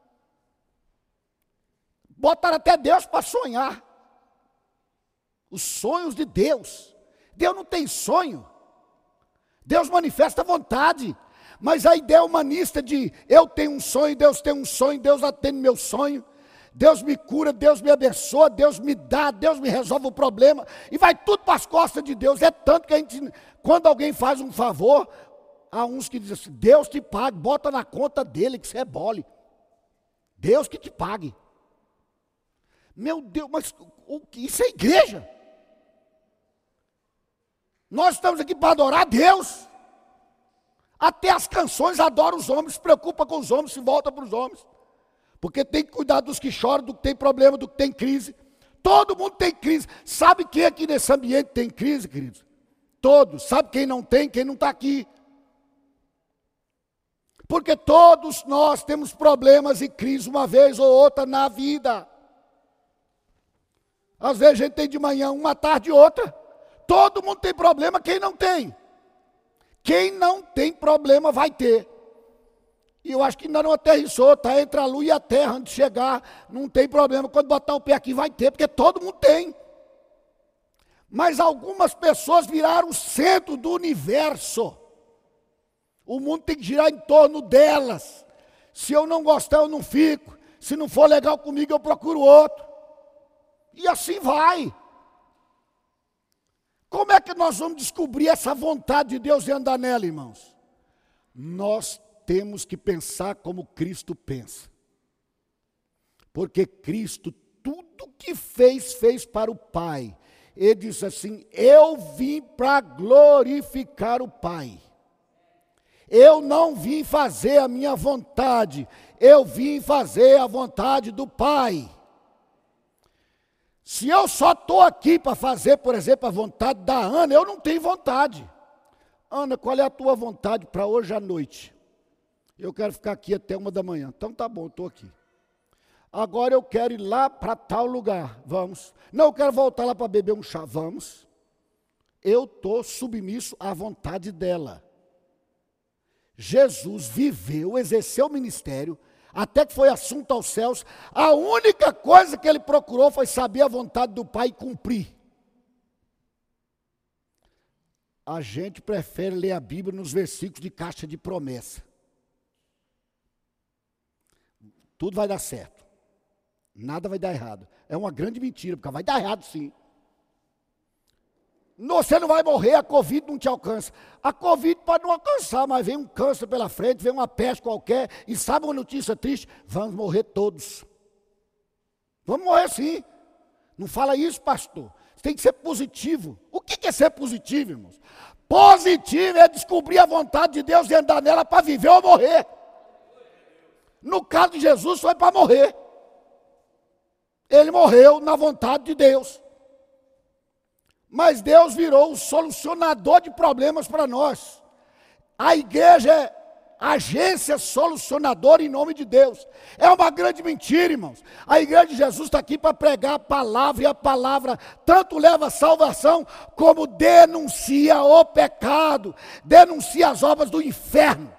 Botaram até Deus para sonhar. Os sonhos de Deus. Deus não tem sonho. Deus manifesta vontade. Mas a ideia humanista de eu tenho um sonho, Deus tem um sonho, Deus atende meu sonho. Deus me cura, Deus me abençoa, Deus me dá, Deus me resolve o problema. E vai tudo para as costas de Deus. É tanto que a gente, quando alguém faz um favor, há uns que dizem assim, Deus te pague, bota na conta dele que você é bole. Deus que te pague. Meu Deus, mas isso é igreja. Nós estamos aqui para adorar a Deus. Até as canções adoram os homens, se preocupa com os homens, se volta para os homens. Porque tem que cuidar dos que choram, do que tem problema, do que tem crise. Todo mundo tem crise. Sabe quem aqui nesse ambiente tem crise, queridos? Todos. Sabe quem não tem, quem não está aqui? Porque todos nós temos problemas e crise uma vez ou outra na vida. Às vezes a gente tem de manhã uma, tarde outra. Todo mundo tem problema, quem não tem? Quem não tem problema vai ter. E eu acho que ainda não aterrissou, está entre a lua e a terra, antes de chegar, não tem problema. Quando botar o pé aqui vai ter, porque todo mundo tem. Mas algumas pessoas viraram o centro do universo. O mundo tem que girar em torno delas. Se eu não gostar, eu não fico. Se não for legal comigo, eu procuro outro. E assim vai. Como é que nós vamos descobrir essa vontade de Deus e andar nela, irmãos? Nós temos que pensar como Cristo pensa. Porque Cristo, tudo que fez, fez para o Pai. Ele disse assim, eu vim para glorificar o Pai. Eu não vim fazer a minha vontade, eu vim fazer a vontade do Pai. Se eu só estou aqui para fazer, por exemplo, a vontade da Ana, eu não tenho vontade. Ana, qual é a tua vontade para hoje à noite? Eu quero ficar aqui até 1 da manhã. Então tá bom, eu estou aqui. Agora eu quero ir lá para tal lugar. Vamos. Não, eu quero voltar lá para beber um chá. Vamos. Eu estou submisso à vontade dela. Jesus viveu, exerceu o ministério, até que foi assunto aos céus. A única coisa que ele procurou foi saber a vontade do Pai e cumprir. A gente prefere ler a Bíblia nos versículos de caixa de promessa. Tudo vai dar certo. Nada vai dar errado. É uma grande mentira, porque vai dar errado sim. Você não vai morrer, a Covid não te alcança. A Covid pode não alcançar, mas vem um câncer pela frente, vem uma peste qualquer, e sabe uma notícia triste? Vamos morrer todos. Vamos morrer sim. Não fala isso, pastor. Você tem que ser positivo. O que é ser positivo, irmãos? Positivo é descobrir a vontade de Deus e andar nela para viver ou morrer. No caso de Jesus, foi para morrer. Ele morreu na vontade de Deus. Mas Deus virou o solucionador de problemas para nós. A igreja é agência solucionadora em nome de Deus. É uma grande mentira, irmãos. A igreja de Jesus está aqui para pregar a palavra, e a palavra tanto leva à salvação, como denuncia o pecado, denuncia as obras do inferno.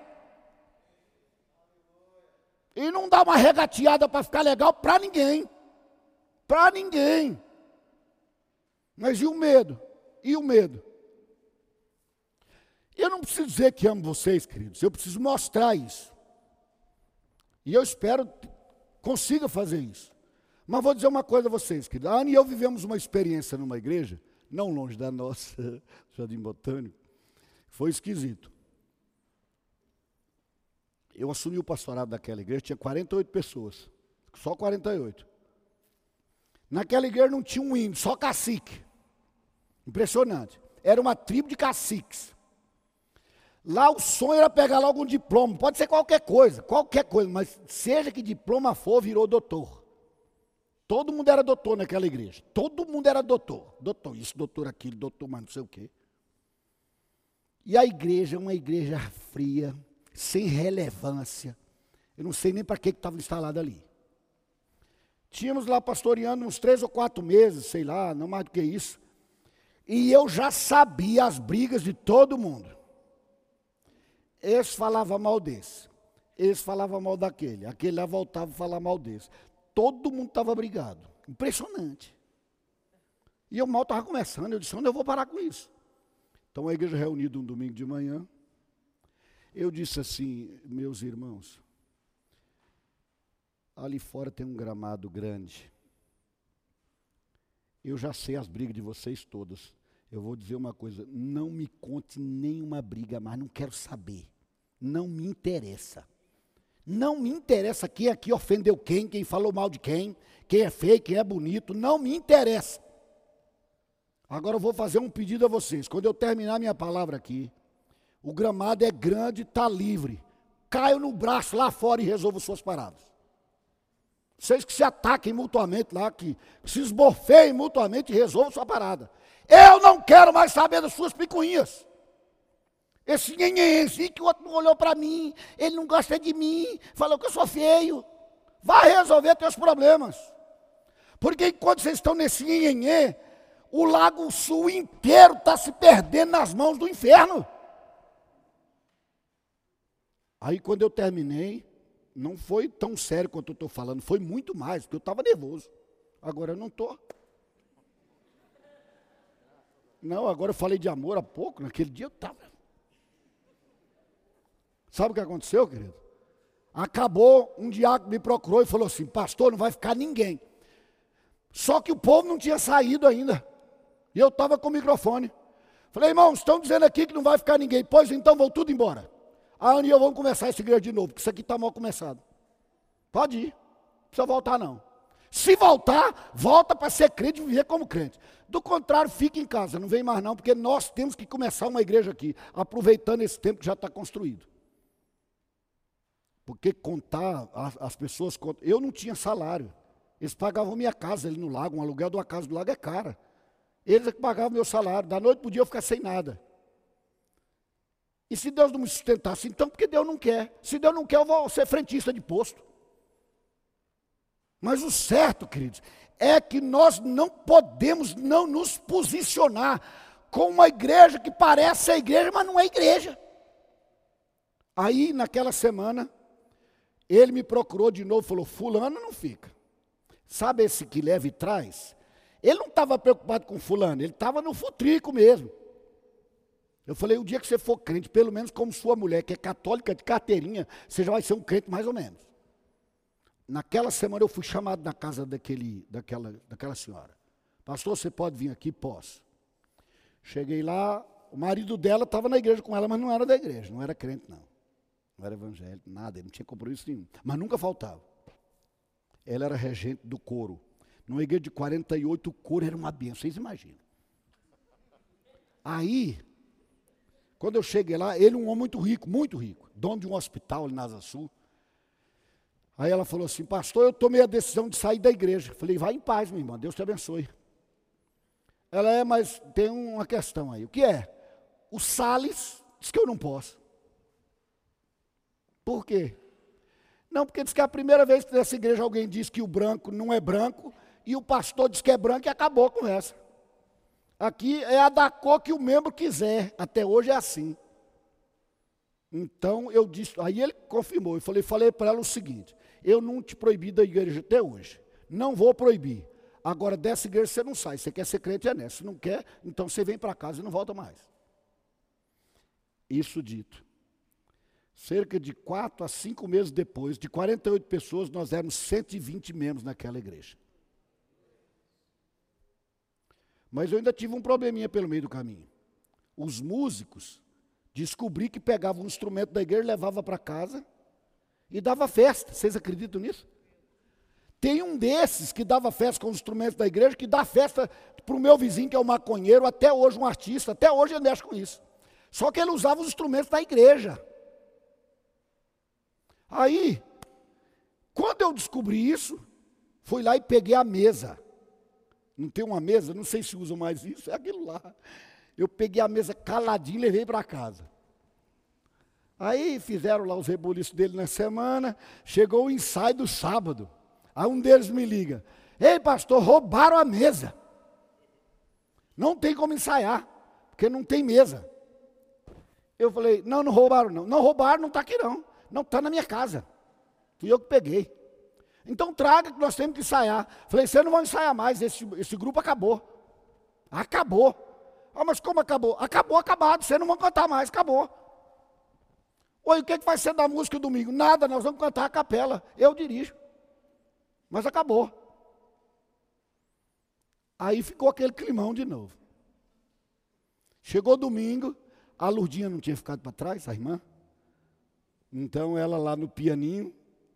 E não dá uma regateada para ficar legal para ninguém. Para ninguém. Mas e o medo? E o medo? Eu não preciso dizer que amo vocês, queridos, eu preciso mostrar isso. E eu espero que consiga fazer isso. Mas vou dizer uma coisa a vocês, queridos. A Ana e eu vivemos uma experiência numa igreja, não longe da nossa, Jardim Botânico, foi esquisito. Eu assumi o pastorado daquela igreja, tinha 48 pessoas, só 48. Naquela igreja não tinha um índio, só cacique. Impressionante. Era uma tribo de caciques. Lá o sonho era pegar logo um diploma, pode ser qualquer coisa, mas seja que diploma for, virou doutor. Todo mundo era doutor naquela igreja, todo mundo era doutor. Doutor isso, doutor aquilo, doutor mais não sei o quê. E a igreja é uma igreja fria, sem relevância. Eu não sei nem para que estava instalado ali. Tínhamos lá pastoreando uns 3 ou 4 meses, sei lá, não mais do que isso. E eu já sabia as brigas de todo mundo. Esse falava mal desse, esse falava mal daquele, aquele lá voltava a falar mal desse. Todo mundo estava brigado, impressionante. E eu mal estava começando, eu disse, onde eu vou parar com isso? Então a igreja reunida um domingo de manhã, eu disse assim, meus irmãos, ali fora tem um gramado grande, eu já sei as brigas de vocês todas. Eu vou dizer uma coisa, não me conte nenhuma briga mais, não quero saber. Não me interessa. Não me interessa quem aqui ofendeu quem falou mal de quem é feio, quem é bonito, não me interessa. Agora eu vou fazer um pedido a vocês. Quando eu terminar minha palavra aqui, o gramado é grande, está livre. Caio no braço lá fora e resolvo suas paradas. Vocês que se ataquem mutuamente lá, que se esbofeiem mutuamente e resolvam sua parada. Eu não quero mais saber das suas picuinhas. Esse nhenhenhenzinho que o outro não olhou para mim, ele não gosta de mim, falou que eu sou feio. Vai resolver teus problemas. Porque enquanto vocês estão nesse nhenhenhê, o Lago Sul inteiro está se perdendo nas mãos do inferno. Aí quando eu terminei, não foi tão sério quanto eu estou falando, foi muito mais, porque eu estava nervoso. Agora eu não estou. Não, agora eu falei de amor há pouco, naquele dia eu estava. Sabe o que aconteceu, querido? Acabou, um diácono me procurou e falou assim, pastor, não vai ficar ninguém. Só que o povo não tinha saído ainda. E eu estava com o microfone. Falei, irmãos, estão dizendo aqui que não vai ficar ninguém. Pois então vão tudo embora. A Ana e eu vamos começar essa igreja de novo, porque isso aqui está mal começado. Pode ir, não precisa voltar não. Se voltar, volta para ser crente e viver como crente. Do contrário, fica em casa, não vem mais não, porque nós temos que começar uma igreja aqui, aproveitando esse tempo que já está construído. Porque contar, as pessoas contam. Eu não tinha salário. Eles pagavam minha casa ali no lago, um aluguel de uma casa do lago é cara. Eles é que pagavam meu salário, da noite para o dia eu ficar sem nada. E se Deus não me sustentasse, então porque Deus não quer. Se Deus não quer, eu vou ser frentista de posto. Mas o certo, queridos, é que nós não podemos não nos posicionar com uma igreja que parece a igreja, mas não é igreja. Aí, naquela semana, ele me procurou de novo, falou, fulano não fica. Sabe esse que leva e traz? Ele não estava preocupado com fulano, ele estava no futrico mesmo. Eu falei, o dia que você for crente, pelo menos como sua mulher, que é católica de carteirinha, você já vai ser um crente mais ou menos. Naquela semana eu fui chamado na casa daquela senhora. Pastor, você pode vir aqui? Posso. Cheguei lá, o marido dela estava na igreja com ela, mas não era da igreja, não era crente não. Não era evangélico, nada, ele não tinha compromisso nenhum. Mas nunca faltava. Ela era regente do coro. Numa igreja de 48, o coro era uma bênção, vocês imaginam. Aí, quando eu cheguei lá, ele um homem muito rico, dono de um hospital ali na Asa Sul. Aí ela falou assim, pastor, eu tomei a decisão de sair da igreja. Falei, vai em paz, minha irmã, Deus te abençoe. Ela mas tem uma questão aí. O que é? O Salles disse que eu não posso. Por quê? Não, porque diz que é a primeira vez que nessa igreja alguém diz que o branco não é branco, e o pastor diz que é branco e acabou a conversa. Aqui é a da cor que o membro quiser, até hoje é assim. Então eu disse, aí ele confirmou, eu falei para ela o seguinte, eu não te proibi da igreja até hoje, não vou proibir. Agora dessa igreja você não sai, você quer ser crente é nessa, se não quer, então você vem para casa e não volta mais. Isso dito. Cerca de 4 a 5 meses depois, de 48 pessoas, nós éramos 120 membros naquela igreja. Mas eu ainda tive um probleminha pelo meio do caminho. Os músicos descobri que pegavam um instrumento da igreja, levava para casa e dava festa. Vocês acreditam nisso? Tem um desses que dava festa com os instrumentos da igreja, que dá festa para o meu vizinho, que é o maconheiro, até hoje um artista, até hoje ele mexe com isso. Só que ele usava os instrumentos da igreja. Aí, quando eu descobri isso, fui lá e peguei a mesa. Não tem uma mesa? Não sei se usam mais isso, é aquilo lá. Eu peguei a mesa caladinho e levei para casa. Aí fizeram lá os rebuliços dele na semana, chegou o ensaio do sábado. Aí um deles me liga: ei, pastor, roubaram a mesa. Não tem como ensaiar, porque não tem mesa. Eu falei: não roubaram não. Não roubaram, não está aqui não. Não, está na minha casa. Fui eu que peguei. Então traga que nós temos que ensaiar. Falei: vocês não vão ensaiar mais, esse grupo acabou. Acabou. Ah, mas como acabou? Acabou, acabado, vocês não vão cantar mais, acabou. Oi, o que vai ser da música domingo? Nada, nós vamos cantar a capela. Eu dirijo. Mas acabou. Aí ficou aquele climão de novo. Chegou domingo, a Lurdinha não tinha ficado para trás, a irmã. Então ela lá no pianinho.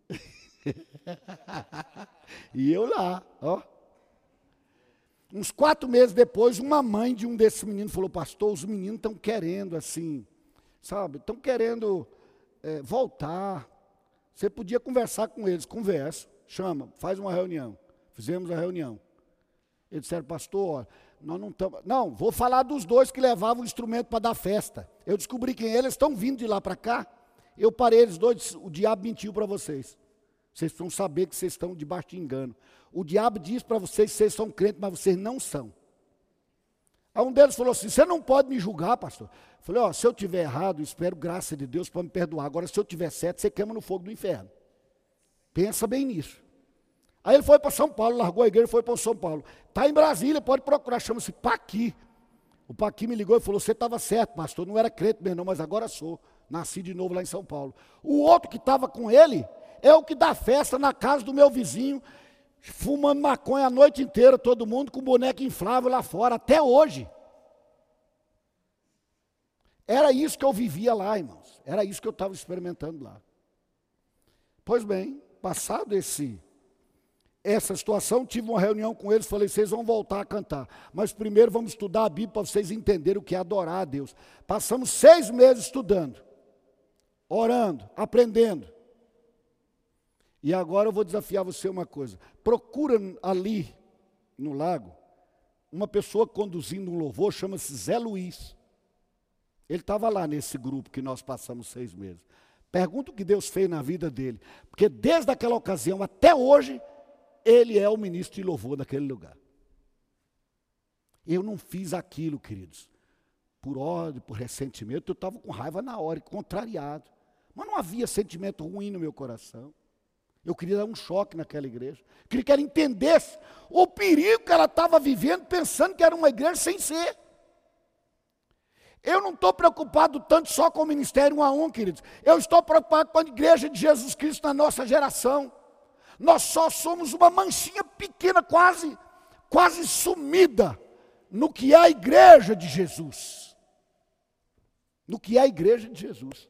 E eu lá, ó. Uns 4 meses depois, uma mãe de um desses meninos falou: pastor, os meninos estão querendo assim, sabe? Estão querendo voltar. Você podia conversar com eles. Conversa, chama, faz uma reunião. Fizemos a reunião. Eles disseram: pastor, ó, nós não estamos... Não, vou falar dos 2 que levavam o instrumento para dar festa. Eu descobri quem eles estão vindo de lá para cá. Eu parei eles 2, o diabo mentiu para vocês. Vocês precisam saber que vocês estão debaixo de engano. O diabo diz para vocês que vocês são crentes, mas vocês não são. Aí um deles falou assim: você não pode me julgar, pastor. Eu falei: ó, se eu tiver errado, eu espero graça de Deus para me perdoar. Agora, se eu tiver certo, você queima no fogo do inferno. Pensa bem nisso. Aí ele foi para São Paulo, largou a igreja e foi para São Paulo. Está em Brasília, pode procurar, chama-se Paqui. O Paqui me ligou e falou: você estava certo, pastor, não era crente mesmo não, mas agora sou. Nasci de novo lá em São Paulo. O outro que estava com ele é o que dá festa na casa do meu vizinho, fumando maconha a noite inteira, todo mundo com boneco inflável lá fora, até hoje. Era isso que eu vivia lá, irmãos. Era isso que eu estava experimentando lá. Pois bem, passado essa situação, tive uma reunião com eles, falei: vocês vão voltar a cantar, mas primeiro vamos estudar a Bíblia para vocês entenderem o que é adorar a Deus. Passamos 6 meses estudando, orando, aprendendo. E agora eu vou desafiar você uma coisa: procura ali no lago uma pessoa conduzindo um louvor, chama-se Zé Luiz. Ele estava lá nesse grupo que nós passamos 6 meses. Pergunta o que Deus fez na vida dele, porque desde aquela ocasião até hoje, ele é o ministro de louvor daquele lugar. Eu não fiz aquilo, queridos, por ódio, por ressentimento. Eu estava com raiva na hora, contrariado. Mas não havia sentimento ruim no meu coração. Eu queria dar um choque naquela igreja. Eu queria que ela entendesse o perigo que ela estava vivendo, pensando que era uma igreja sem ser. Eu não estou preocupado tanto só com o ministério 1 a 1, queridos. Eu estou preocupado com a igreja de Jesus Cristo na nossa geração. Nós só somos uma manchinha pequena, quase sumida, no que é a igreja de Jesus. No que é a igreja de Jesus.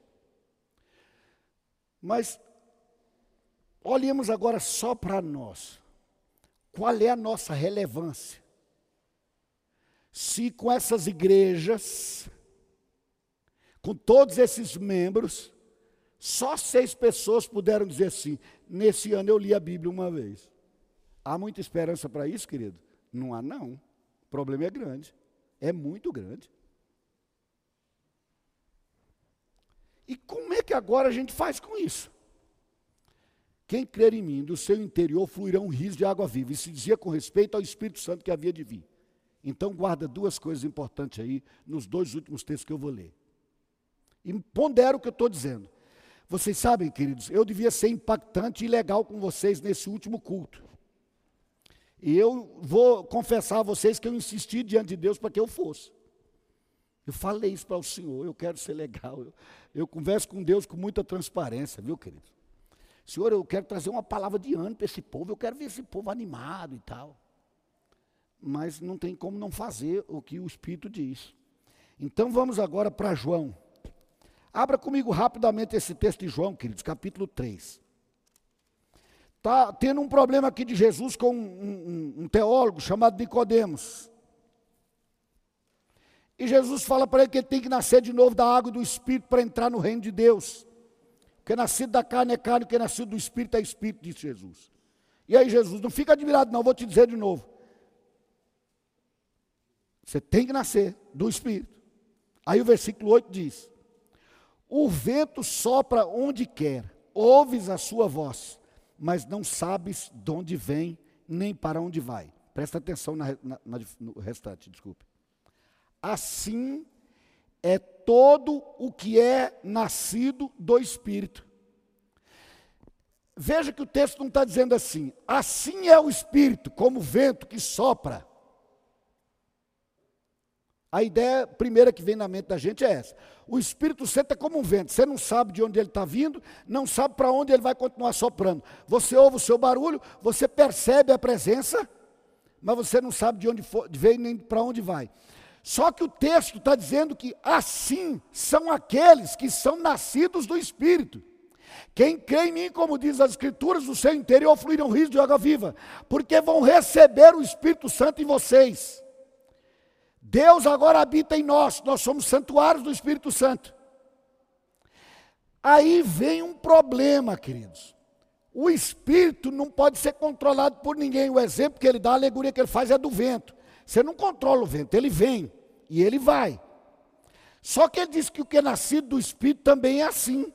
Mas, olhemos agora só para nós. Qual é a nossa relevância? Se com essas igrejas, com todos esses membros, só 6 pessoas puderam dizer assim: nesse ano eu li a Bíblia uma vez. Há muita esperança para isso, querido? Não há não. O problema é grande. É muito grande. E como é que agora a gente faz com isso? Quem crer em mim, do seu interior fluirão rios de água viva. Isso dizia com respeito ao Espírito Santo que havia de vir. Então guarda 2 coisas importantes aí, nos 2 últimos textos que eu vou ler. E pondera o que eu estou dizendo. Vocês sabem, queridos, eu devia ser impactante e legal com vocês nesse último culto. E eu vou confessar a vocês que eu insisti diante de Deus para que eu fosse. Eu falei isso para o Senhor, eu quero ser legal. Eu converso com Deus com muita transparência, viu, querido? Senhor, eu quero trazer uma palavra de ânimo para esse povo, eu quero ver esse povo animado e tal. Mas não tem como não fazer o que o Espírito diz. Então vamos agora para João. Abra comigo rapidamente esse texto de João, queridos, capítulo 3. Está tendo um problema aqui de Jesus com um teólogo chamado Nicodemos. E Jesus fala para ele que ele tem que nascer de novo da água e do Espírito para entrar no reino de Deus. O que é nascido da carne é carne, o que é nascido do Espírito é Espírito, disse Jesus. E aí Jesus, não fica admirado não, vou te dizer de novo. Você tem que nascer do Espírito. Aí o versículo 8 diz: o vento sopra onde quer, ouves a sua voz, mas não sabes de onde vem, nem para onde vai. Presta atenção no restante, desculpe. Assim é todo o que é nascido do Espírito. Veja que o texto não está dizendo assim, assim é o Espírito, como o vento que sopra. A ideia primeira que vem na mente da gente é essa. O Espírito Santo é como um vento, você não sabe de onde ele está vindo, não sabe para onde ele vai continuar soprando. Você ouve o seu barulho, você percebe a presença, mas você não sabe de onde vem nem para onde vai. Só que o texto está dizendo que assim são aqueles que são nascidos do Espírito. Quem crê em mim, como diz as Escrituras, do seu interior fluirão rios de água viva, porque vão receber o Espírito Santo em vocês. Deus agora habita em nós somos santuários do Espírito Santo. Aí vem um problema, queridos. O Espírito não pode ser controlado por ninguém. O exemplo que ele dá, a alegoria que ele faz é do vento. Você não controla o vento, ele vem e ele vai. Só que ele diz que o que é nascido do Espírito também é assim.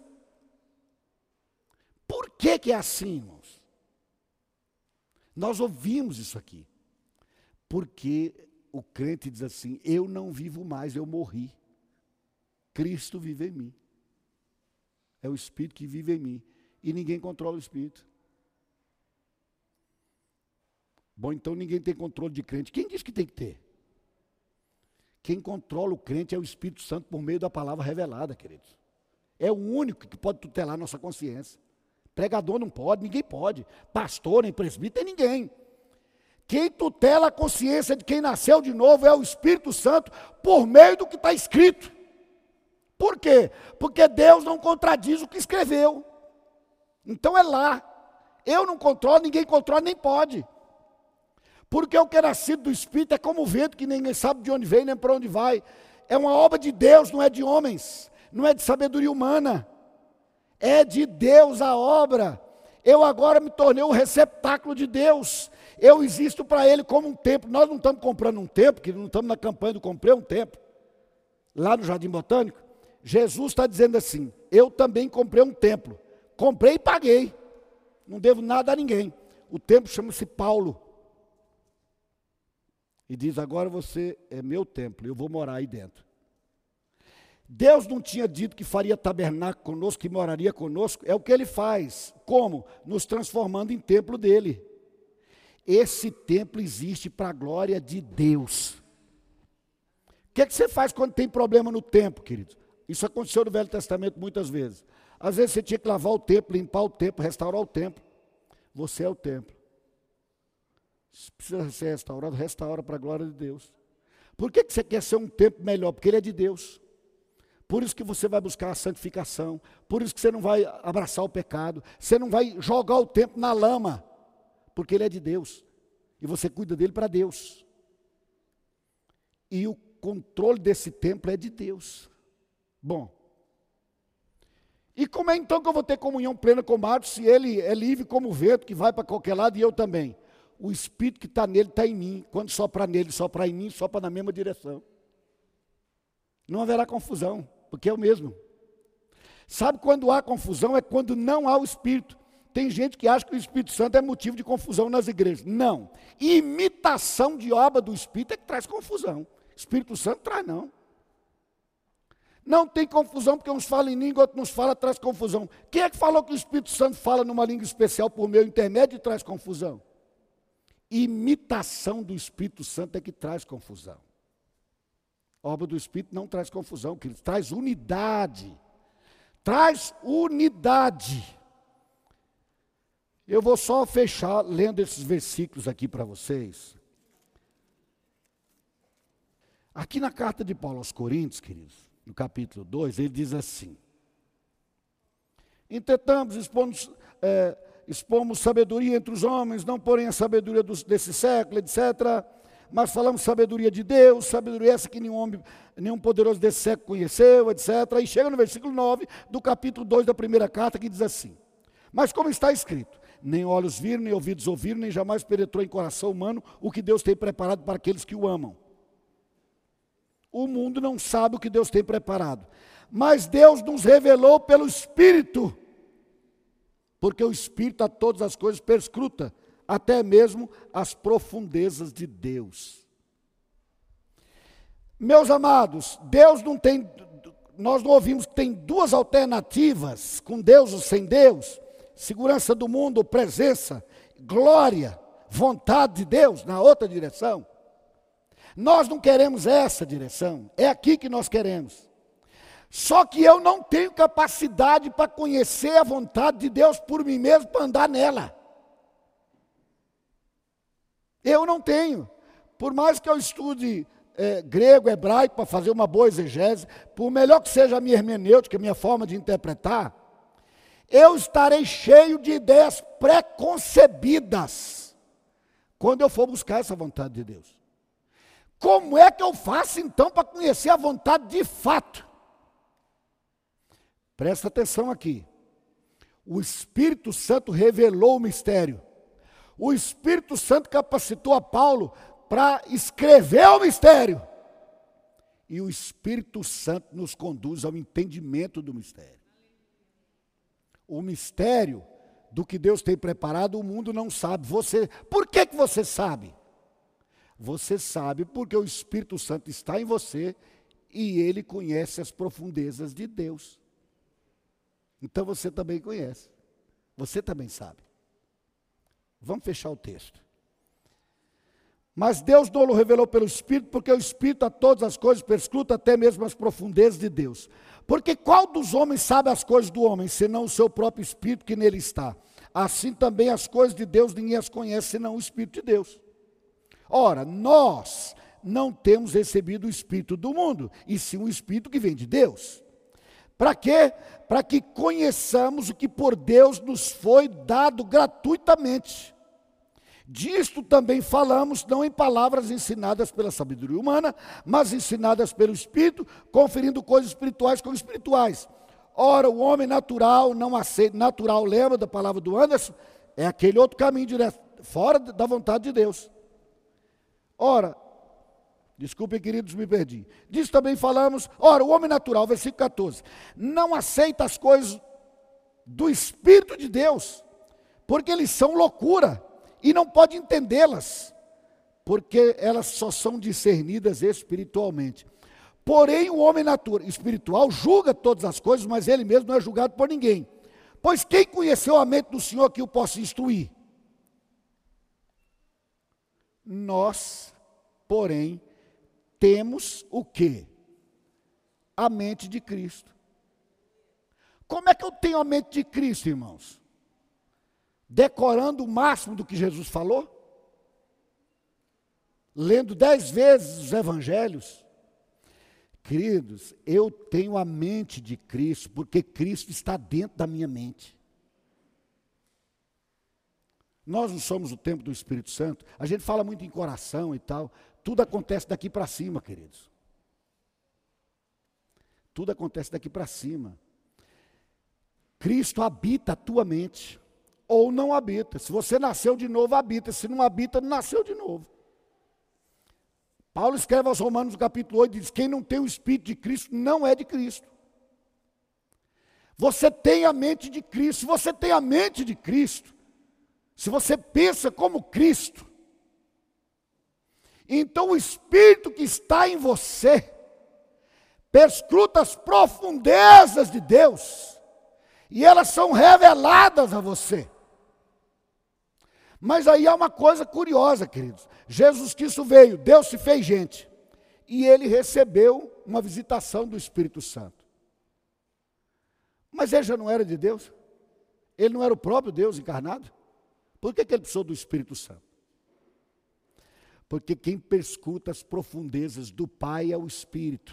Por que é assim, irmãos? Nós ouvimos isso aqui. Porque o crente diz assim, eu não vivo mais, eu morri. Cristo vive em mim. É o Espírito que vive em mim. E ninguém controla o Espírito. Bom, então ninguém tem controle de crente. Quem diz que tem que ter? Quem controla o crente é o Espírito Santo por meio da palavra revelada, queridos. É o único que pode tutelar nossa consciência. Pregador não pode, ninguém pode. Pastor, nem presbítero, nem ninguém. Quem tutela a consciência de quem nasceu de novo é o Espírito Santo por meio do que está escrito. Por quê? Porque Deus não contradiz o que escreveu. Então é lá. Eu não controlo, ninguém controla, nem pode. Porque o que é nascido do Espírito é como o vento que ninguém sabe de onde vem nem para onde vai. É uma obra de Deus, não é de homens. Não é de sabedoria humana. É de Deus a obra. Eu agora me tornei o receptáculo de Deus. Eu existo para Ele como um templo. Nós não estamos comprando um templo, que não estamos na campanha do comprei um templo. Lá no Jardim Botânico. Jesus está dizendo assim, eu também comprei um templo. Comprei e paguei. Não devo nada a ninguém. O templo chama-se Paulo. E diz, agora você é meu templo, eu vou morar aí dentro. Deus não tinha dito que faria tabernáculo conosco, que moraria conosco. É o que Ele faz. Como? Nos transformando em templo dEle. Esse templo existe para a glória de Deus. O que você faz quando tem problema no templo, querido? Isso aconteceu no Velho Testamento muitas vezes. Às vezes você tinha que lavar o templo, limpar o templo, restaurar o templo. Você é o templo. Se precisa ser restaurado, restaura para a glória de Deus. Por que você quer ser um templo melhor? Porque ele é de Deus. Por isso que você vai buscar a santificação. Por isso que você não vai abraçar o pecado. Você não vai jogar o templo na lama. Porque ele é de Deus. E você cuida dele para Deus. E o controle desse templo é de Deus. Bom. E como é então que eu vou ter comunhão plena com o Marcos, se ele é livre como o vento, que vai para qualquer lado, e eu também? O Espírito que está nele está em mim. Quando sopra nele, sopra em mim, sopra na mesma direção. Não haverá confusão, porque é o mesmo. Sabe quando há confusão? É quando não há o Espírito. Tem gente que acha que o Espírito Santo é motivo de confusão nas igrejas. Não. Imitação de obra do Espírito é que traz confusão. Espírito Santo traz não. Não tem confusão porque uns falam em língua, outros nos falam, traz confusão. Quem é que falou que o Espírito Santo fala numa língua especial por meu intermédio e traz confusão? Imitação do Espírito Santo é que traz confusão. A obra do Espírito não traz confusão, queridos, traz unidade. Traz unidade. Eu vou só fechar lendo esses versículos aqui para vocês. Aqui na carta de Paulo aos Coríntios, queridos, no capítulo 2, ele diz assim: intentamos, expomos sabedoria entre os homens, não porém a sabedoria desse século, etc., mas falamos sabedoria de Deus, sabedoria essa que nenhum poderoso desse século conheceu, etc. E chega no versículo 9 do capítulo 2 da primeira carta, que diz assim: mas como está escrito, nem olhos viram, nem ouvidos ouviram, nem jamais penetrou em coração humano o que Deus tem preparado para aqueles que o amam. O mundo não sabe o que Deus tem preparado, mas Deus nos revelou pelo Espírito, porque o Espírito a todas as coisas perscruta, até mesmo as profundezas de Deus. Meus amados, Deus não tem, nós não ouvimos que tem duas alternativas, com Deus ou sem Deus, segurança do mundo, presença, glória, vontade de Deus, na outra direção. Nós não queremos essa direção, é aqui que nós queremos. Só que eu não tenho capacidade para conhecer a vontade de Deus por mim mesmo, para andar nela. Eu não tenho. Por mais que eu estude grego, hebraico, para fazer uma boa exegese, por melhor que seja a minha hermenêutica, a minha forma de interpretar, eu estarei cheio de ideias preconcebidas quando eu for buscar essa vontade de Deus. Como é que eu faço então para conhecer a vontade de fato? Presta atenção aqui. O Espírito Santo revelou o mistério. O Espírito Santo capacitou a Paulo para escrever o mistério. E o Espírito Santo nos conduz ao entendimento do mistério. O mistério do que Deus tem preparado, o mundo não sabe. Por que você sabe? Você sabe porque o Espírito Santo está em você e ele conhece as profundezas de Deus. Então você também conhece. Você também sabe. Vamos fechar o texto. Mas Deus não o revelou pelo Espírito, porque o Espírito a todas as coisas perscruta até mesmo as profundezas de Deus. Porque qual dos homens sabe as coisas do homem, senão o seu próprio Espírito que nele está? Assim também as coisas de Deus ninguém as conhece, senão o Espírito de Deus. Ora, nós não temos recebido o Espírito do mundo, e sim o Espírito que vem de Deus. Para quê? Para que conheçamos o que por Deus nos foi dado gratuitamente. Disto também falamos, não em palavras ensinadas pela sabedoria humana, mas ensinadas pelo Espírito, conferindo coisas espirituais com espirituais. Ora, o homem natural não aceita, natural, lembra da palavra do Anderson? É aquele outro caminho direto, fora da vontade de Deus. Ora, desculpem, queridos, me perdi. Disso também falamos, ora, o homem natural, versículo 14, não aceita as coisas do Espírito de Deus, porque eles são loucura, e não pode entendê-las, porque elas só são discernidas espiritualmente. Porém, o homem espiritual julga todas as coisas, mas ele mesmo não é julgado por ninguém. Pois quem conheceu a mente do Senhor que o possa instruir? Nós, porém, temos o quê? A mente de Cristo. Como é que eu tenho a mente de Cristo, irmãos? Decorando o máximo do que Jesus falou? Lendo 10 vezes os evangelhos? Queridos, eu tenho a mente de Cristo, porque Cristo está dentro da minha mente. Nós não somos o templo do Espírito Santo. A gente fala muito em coração e tal. Tudo acontece daqui para cima, queridos. Tudo acontece daqui para cima. Cristo habita a tua mente. Ou não habita. Se você nasceu de novo, habita. Se não habita, não nasceu de novo. Paulo escreve aos Romanos, no capítulo 8, diz: quem não tem o Espírito de Cristo, não é de Cristo. Você tem a mente de Cristo. Se você tem a mente de Cristo, se você pensa como Cristo, então o Espírito que está em você, perscruta as profundezas de Deus, e elas são reveladas a você. Mas aí há uma coisa curiosa, queridos. Jesus Cristo veio, Deus se fez gente. e ele recebeu uma visitação do Espírito Santo. Mas ele já não era de Deus? Ele não era o próprio Deus encarnado? Por que ele precisou do Espírito Santo? Porque quem perscruta as profundezas do Pai é o Espírito.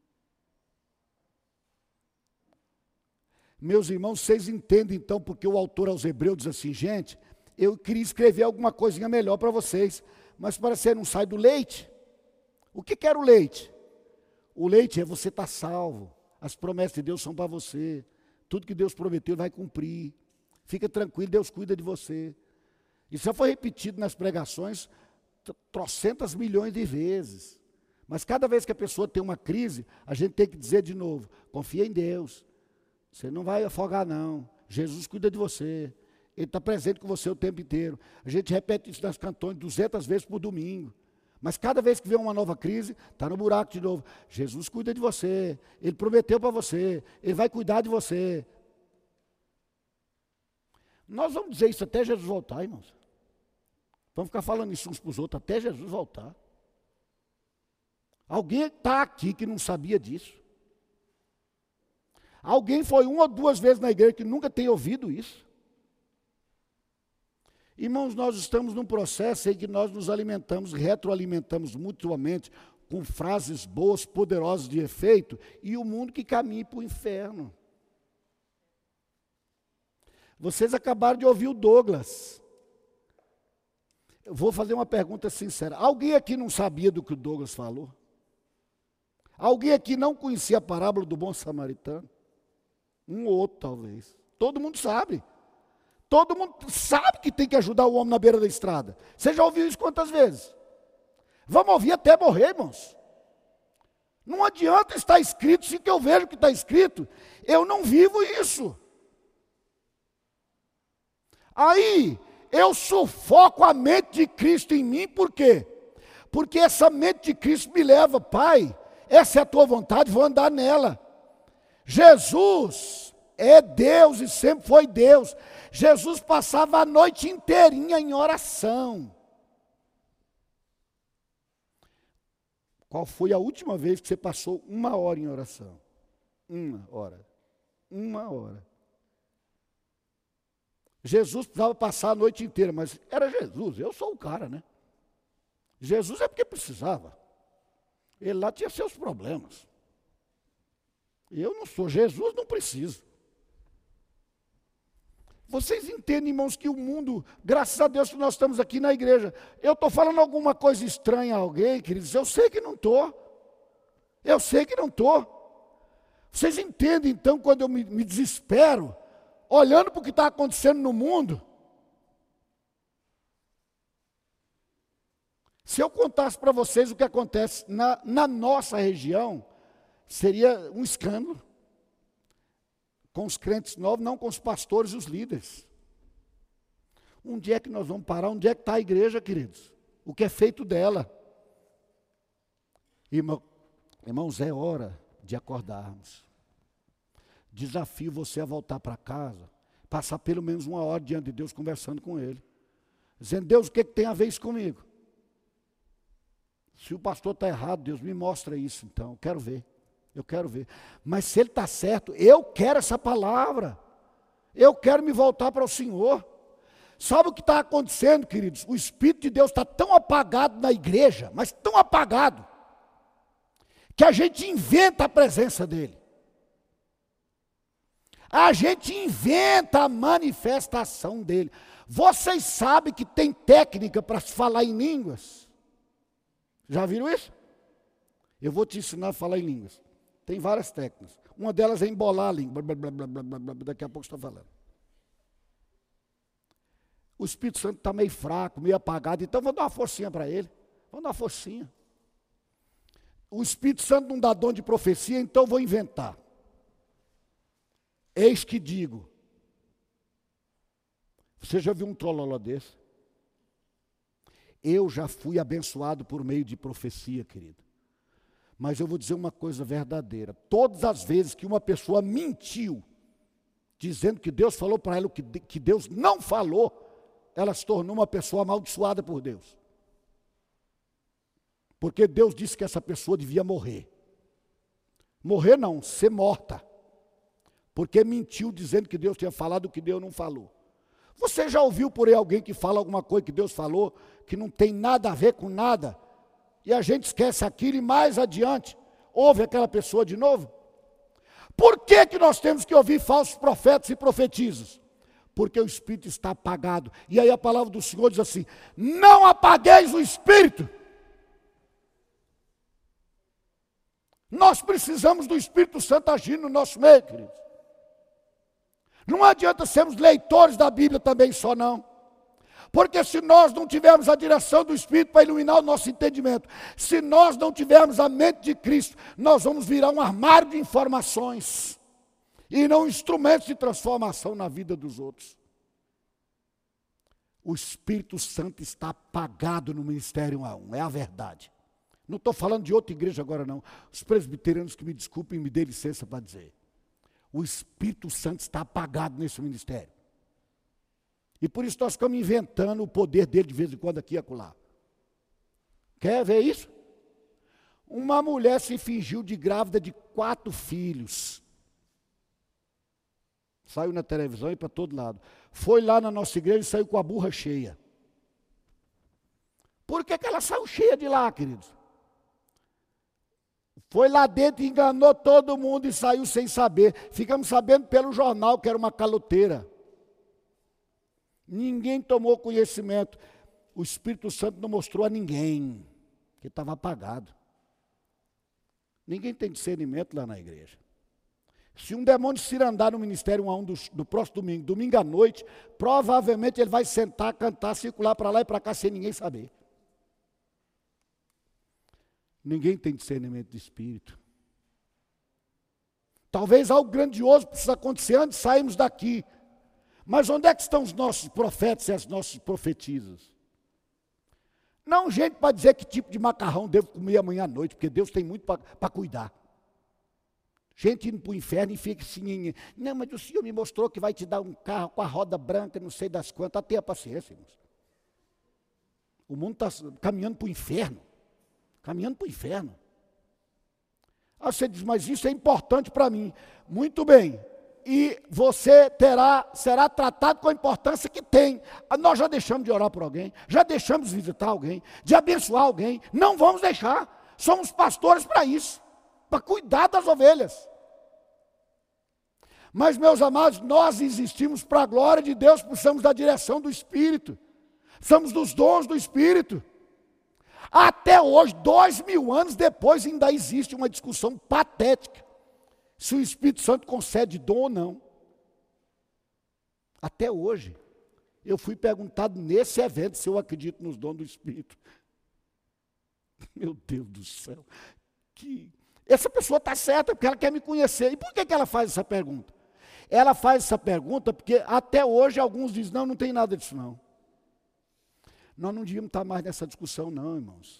Meus irmãos, vocês entendem então porque o autor aos Hebreus diz assim: gente, eu queria escrever alguma coisinha melhor para vocês, mas para você não sai do leite. O que era o leite? O leite é você estar salvo, as promessas de Deus são para você, tudo que Deus prometeu vai cumprir, fica tranquilo, Deus cuida de você. Isso já foi repetido nas pregações trocentas milhões de vezes, mas cada vez que a pessoa tem uma crise, a gente tem que dizer de novo: confia em Deus, você não vai afogar não, Jesus cuida de você, Ele está presente com você o tempo inteiro. A gente repete isso nas cantões 200 vezes por domingo, mas cada vez que vem uma nova crise, está no buraco de novo. Jesus cuida de você, Ele prometeu para você, Ele vai cuidar de você. Nós vamos dizer isso até Jesus voltar, irmãos. Vamos ficar falando isso uns para os outros até Jesus voltar. Alguém está aqui que não sabia disso? Alguém foi uma ou duas vezes na igreja que nunca tem ouvido isso? Irmãos, nós estamos num processo em que nós nos alimentamos, retroalimentamos mutuamente com frases boas, poderosas de efeito, e o mundo que caminha para o inferno. Vocês acabaram de ouvir o Douglas. Eu vou fazer uma pergunta sincera. Alguém aqui não sabia do que o Douglas falou? Alguém aqui não conhecia a parábola do bom samaritano? Um ou outro, talvez. Todo mundo sabe. Todo mundo sabe que tem que ajudar o homem na beira da estrada. Você já ouviu isso quantas vezes? Vamos ouvir até morrer, irmãos. Não adianta estar escrito, se que eu vejo que está escrito, eu não vivo isso. Aí, eu sufoco a mente de Cristo em mim, por quê? Porque essa mente de Cristo me leva: Pai, essa é a tua vontade, vou andar nela. Jesus é Deus e sempre foi Deus. Jesus passava a noite inteirinha em oração. Qual foi a última vez que você passou 1 hora em oração? 1 hora. 1 hora. Jesus precisava passar a noite inteira, mas era Jesus, eu sou o cara, né? Jesus é porque precisava. Ele lá tinha seus problemas. Eu não sou, Jesus não precisa. Vocês entendem, irmãos, que o mundo, graças a Deus que nós estamos aqui na igreja, eu estou falando alguma coisa estranha a alguém, queridos? Eu sei que não estou. Eu sei que não estou. Vocês entendem, então, quando eu me desespero, olhando para o que está acontecendo no mundo? Se eu contasse para vocês o que acontece na nossa região, seria um escândalo. Com os crentes novos, não com os pastores e os líderes. Onde é que nós vamos parar? Onde é que está a igreja, queridos? O que é feito dela? Irmãos, é hora de acordarmos. Desafio você a voltar para casa, passar pelo menos 1 hora diante de Deus conversando com Ele. Dizendo: Deus, o que tem a ver isso comigo? Se o pastor está errado, Deus, me mostra isso então, eu quero ver. Eu quero ver. Mas se ele está certo, eu quero essa palavra. Eu quero me voltar para o Senhor. Sabe o que está acontecendo, queridos? O Espírito de Deus está tão apagado na igreja, mas tão apagado, que a gente inventa a presença dEle. A gente inventa a manifestação dEle. Vocês sabem que tem técnica para se falar em línguas? Já viram isso? Eu vou te ensinar a falar em línguas. Tem várias técnicas. Uma delas é embolar a língua. Daqui a pouco estou falando. O Espírito Santo está meio fraco, meio apagado, então vamos dar uma forcinha para ele. Vamos dar uma forcinha. O Espírito Santo não dá dom de profecia, então vou inventar. Eis que digo. Você já viu um trololó desse? Eu já fui abençoado por meio de profecia, querido. Mas eu vou dizer uma coisa verdadeira. Todas as vezes que uma pessoa mentiu, dizendo que Deus falou para ela o que Deus não falou, ela se tornou uma pessoa amaldiçoada por Deus. Porque Deus disse que essa pessoa devia morrer. Morrer não, ser morta. Porque mentiu dizendo que Deus tinha falado o que Deus não falou. Você já ouviu por aí alguém que fala alguma coisa que Deus falou, que não tem nada a ver com nada, e a gente esquece aquilo e mais adiante ouve aquela pessoa de novo? Por que que nós temos que ouvir falsos profetas e profetizas? Porque o Espírito está apagado. E aí a palavra do Senhor diz assim: não apagueis o Espírito. Nós precisamos do Espírito Santo agir no nosso meio, queridos. Não adianta sermos leitores da Bíblia também só não. Porque se nós não tivermos a direção do Espírito para iluminar o nosso entendimento, se nós não tivermos a mente de Cristo, nós vamos virar um armário de informações e não instrumentos de transformação na vida dos outros. O Espírito Santo está apagado no ministério 1 a 1, é a verdade. Não estou falando de outra igreja agora não. Os presbiterianos que me desculpem, me dê licença para dizer. O Espírito Santo está apagado nesse ministério. E por isso nós ficamos inventando o poder dele de vez em quando aqui e acolá. Quer ver isso? Uma mulher se fingiu de grávida de 4 filhos. Saiu na televisão e para todo lado. Foi lá na nossa igreja e saiu com a burra cheia. Por que que ela saiu cheia de lá, queridos? Foi lá dentro, enganou todo mundo e saiu sem saber. Ficamos sabendo pelo jornal que era uma caloteira. Ninguém tomou conhecimento. O Espírito Santo não mostrou a ninguém, que estava apagado. Ninguém tem discernimento lá na igreja. Se um demônio se andar no ministério 1 a 1 do próximo domingo, domingo à noite, provavelmente ele vai sentar, cantar, circular para lá e para cá sem ninguém saber. Ninguém tem discernimento de espírito. Talvez algo grandioso precisa acontecer antes de sairmos daqui. Mas onde é que estão os nossos profetas e as nossas profetisas? Não gente para dizer que tipo de macarrão devo comer amanhã à noite, porque Deus tem muito para cuidar. Gente indo para o inferno e fica assim, não, mas o Senhor me mostrou que vai te dar um carro com a roda branca, não sei das quantas. Tenha paciência, irmãos. O mundo está caminhando para o inferno. Caminhando para o inferno. Aí você diz, mas isso é importante para mim. Muito bem. E você será tratado com a importância que tem. Nós já deixamos de orar por alguém, já deixamos de visitar alguém, de abençoar alguém. Não vamos deixar. Somos pastores para isso, para cuidar das ovelhas. Mas, meus amados, nós existimos para a glória de Deus, precisamos da direção do Espírito. Precisamos dos dons do Espírito. Até hoje, 2000 anos depois, ainda existe uma discussão patética se o Espírito Santo concede dom ou não. Até hoje. Eu fui perguntado nesse evento se eu acredito nos dons do Espírito. Meu Deus do céu. Essa pessoa está certa porque ela quer me conhecer. E por que ela faz essa pergunta? Ela faz essa pergunta porque até hoje alguns dizem, não tem nada disso não. Nós não devíamos estar mais nessa discussão não, irmãos.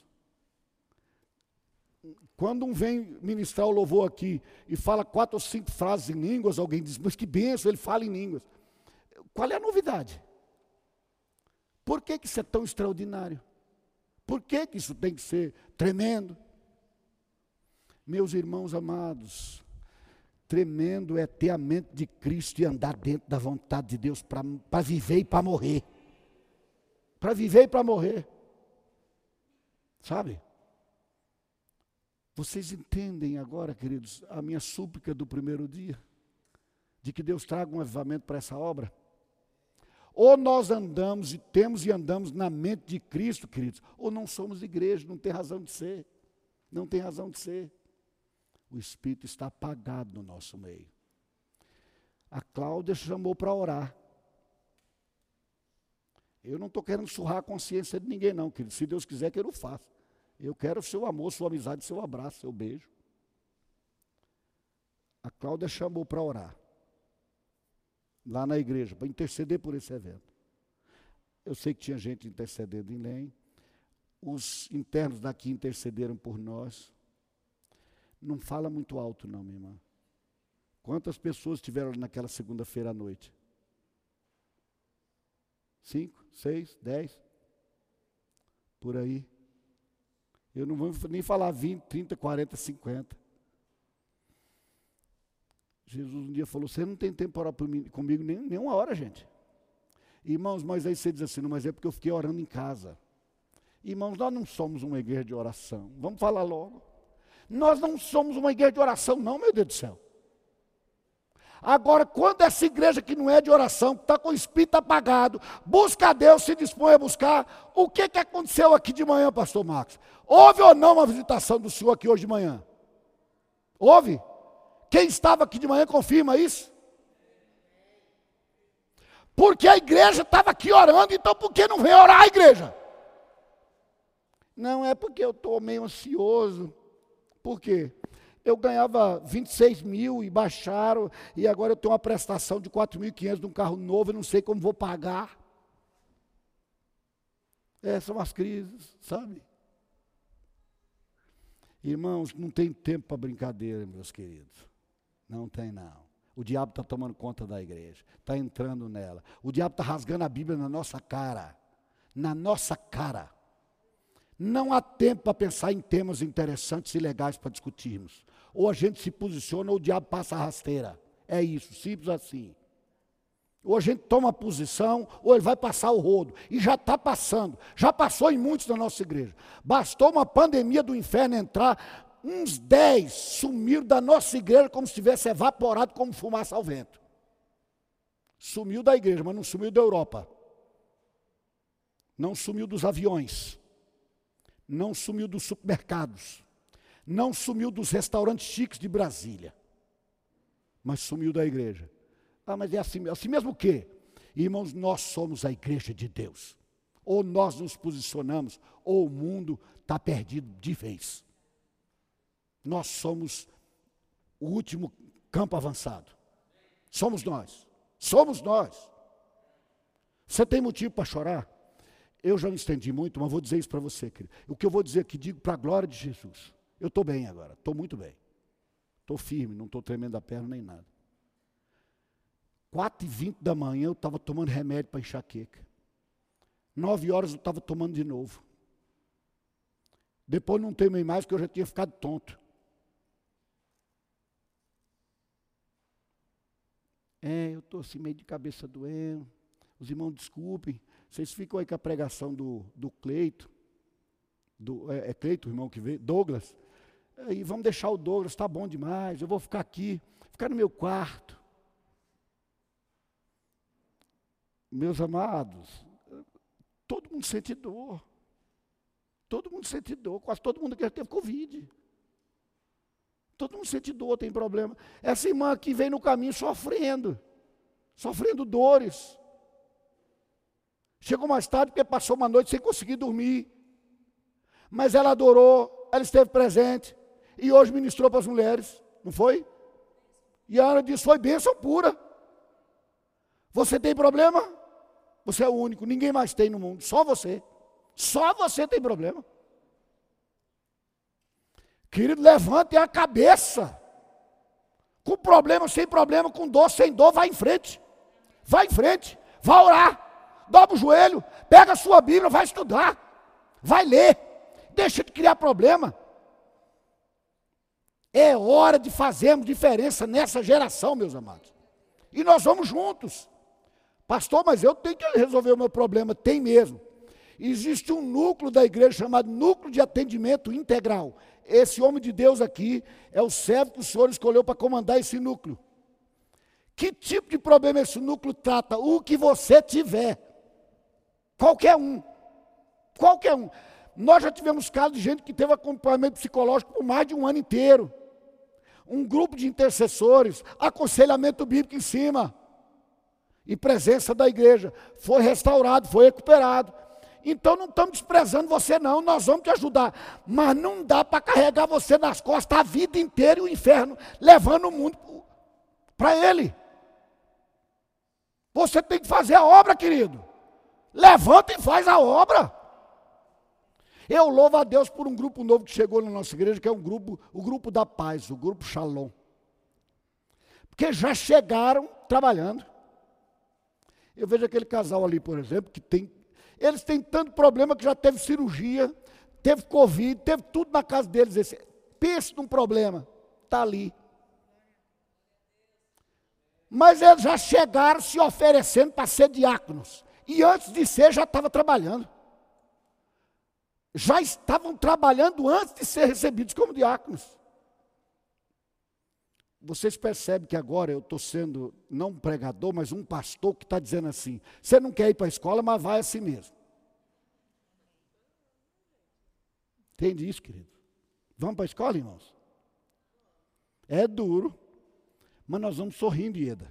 Quando um vem ministrar o louvor aqui e fala 4 ou 5 frases em línguas, alguém diz, mas que bênção, ele fala em línguas. Qual é a novidade? Por que isso é tão extraordinário? Por que isso tem que ser tremendo? Meus irmãos amados, tremendo é ter a mente de Cristo e andar dentro da vontade de Deus para viver e para morrer. Para viver e para morrer. Sabe? Vocês entendem agora, queridos, a minha súplica do primeiro dia? De que Deus traga um avivamento para essa obra? Ou nós andamos e temos e andamos na mente de Cristo, queridos, ou não somos igreja, não tem razão de ser. Não tem razão de ser. O Espírito está apagado no nosso meio. A Cláudia chamou para orar. Eu não estou querendo surrar a consciência de ninguém não, querido. Se Deus quiser que eu não faça. Eu quero o seu amor, sua amizade, seu abraço, seu beijo. A Cláudia chamou para orar. Lá na igreja, para interceder por esse evento. Eu sei que tinha gente intercedendo em Lém. Os internos daqui intercederam por nós. Não fala muito alto não, minha irmã. Quantas pessoas tiveram naquela segunda-feira à noite? 5, 6, 10? Por aí. Eu não vou nem falar 20, 30, 40, 50. Jesus um dia falou, você não tem tempo para orar comigo nem uma hora, gente. Irmãos, mas aí você diz assim, não, mas é porque eu fiquei orando em casa. Irmãos, nós não somos uma igreja de oração. Vamos falar logo. Nós não somos uma igreja de oração, não, meu Deus do céu. Agora, quando essa igreja que não é de oração, que está com o espírito apagado, busca a Deus, se dispõe a buscar, o que aconteceu aqui de manhã, pastor Marcos? Houve ou não uma visitação do senhor aqui hoje de manhã? Houve? Quem estava aqui de manhã confirma isso? Porque a igreja estava aqui orando, então por que não vem orar a igreja? Não, é porque eu estou meio ansioso. Por quê? Eu ganhava 26 mil e baixaram, e agora eu tenho uma prestação de 4.500 de um carro novo, eu não sei como vou pagar. São as crises, sabe? Irmãos, não tem tempo para brincadeira, meus queridos. Não tem, não. O diabo está tomando conta da igreja, está entrando nela. O diabo está rasgando a Bíblia na nossa cara. Na nossa cara. Não há tempo para pensar em temas interessantes e legais para discutirmos. Ou a gente se posiciona ou o diabo passa a rasteira. É isso, simples assim. Ou a gente toma posição, ou ele vai passar o rodo. E já está passando. Já passou em muitos da nossa igreja. Bastou uma pandemia do inferno entrar, uns 10 sumiram da nossa igreja como se tivesse evaporado como fumaça ao vento. Sumiu da igreja, mas não sumiu da Europa. Não sumiu dos aviões. Não sumiu dos supermercados. Não sumiu dos restaurantes chiques de Brasília. Mas sumiu da igreja. Ah, mas é assim mesmo o quê? Irmãos, nós somos a igreja de Deus. Ou nós nos posicionamos, ou o mundo está perdido de vez. Nós somos o último campo avançado. Somos nós. Somos nós. Você tem motivo para chorar? Eu já não estendi muito, mas vou dizer isso para você, querido. O que eu vou dizer aqui, digo para a glória de Jesus. Eu estou bem agora, estou muito bem. Estou firme, não estou tremendo a perna nem nada. 4h20 da manhã eu estava tomando remédio para enxaqueca. 9 horas eu estava tomando de novo. Depois não tomei mais porque eu já tinha ficado tonto. Eu estou assim meio de cabeça doendo. Os irmãos desculpem. Vocês ficam aí com a pregação do Cleito. É Cleito o irmão que veio? Douglas. E vamos deixar o Douglas, está bom demais. Eu vou ficar aqui, ficar no meu quarto. Meus amados, todo mundo sente dor. Todo mundo sente dor. Quase todo mundo aqui já teve Covid. Todo mundo sente dor, tem problema. Essa irmã aqui vem no caminho sofrendo dores. Chegou mais tarde porque passou uma noite sem conseguir dormir. Mas ela adorou, ela esteve presente. E hoje ministrou para as mulheres, não foi? E a Ana disse, foi bênção pura. Você tem problema? Você é o único, ninguém mais tem no mundo, só você. Só você tem problema. Querido, levante a cabeça. Com problema, sem problema, com dor, sem dor, vai em frente. Vai em frente, vai orar. Dobra o joelho, pega a sua Bíblia, vai estudar. Vai ler. Deixa de criar problema. É hora de fazermos diferença nessa geração, meus amados. E nós vamos juntos. Pastor, mas eu tenho que resolver o meu problema. Tem mesmo. Existe um núcleo da igreja chamado Núcleo de Atendimento Integral. Esse homem de Deus aqui é o servo que o Senhor escolheu para comandar esse núcleo. Que tipo de problema esse núcleo trata? O que você tiver. Qualquer um. Qualquer um. Nós já tivemos casos de gente que teve acompanhamento psicológico por mais de um ano inteiro. Um grupo de intercessores, aconselhamento bíblico em cima. E presença da igreja. Foi restaurado, foi recuperado. Então não estamos desprezando você não, nós vamos te ajudar. Mas não dá para carregar você nas costas a vida inteira e o inferno, levando o mundo para ele. Você tem que fazer a obra, querido. Levanta e faz a obra. Eu louvo a Deus por um grupo novo que chegou na nossa igreja, que é o grupo da paz, o grupo Shalom. Porque já chegaram trabalhando. Eu vejo aquele casal ali, por exemplo, eles têm tanto problema que já teve cirurgia, teve Covid, teve tudo na casa deles. Pense num problema, está ali. Mas eles já chegaram se oferecendo para ser diáconos. E antes de ser, já estava trabalhando. Já estavam trabalhando antes de ser recebidos como diáconos. Vocês percebem que agora eu estou sendo, não um pregador, mas um pastor que está dizendo assim, você não quer ir para a escola, mas vai assim mesmo. Entende isso, querido? Vamos para a escola, irmãos? É duro, mas nós vamos sorrindo, Ieda.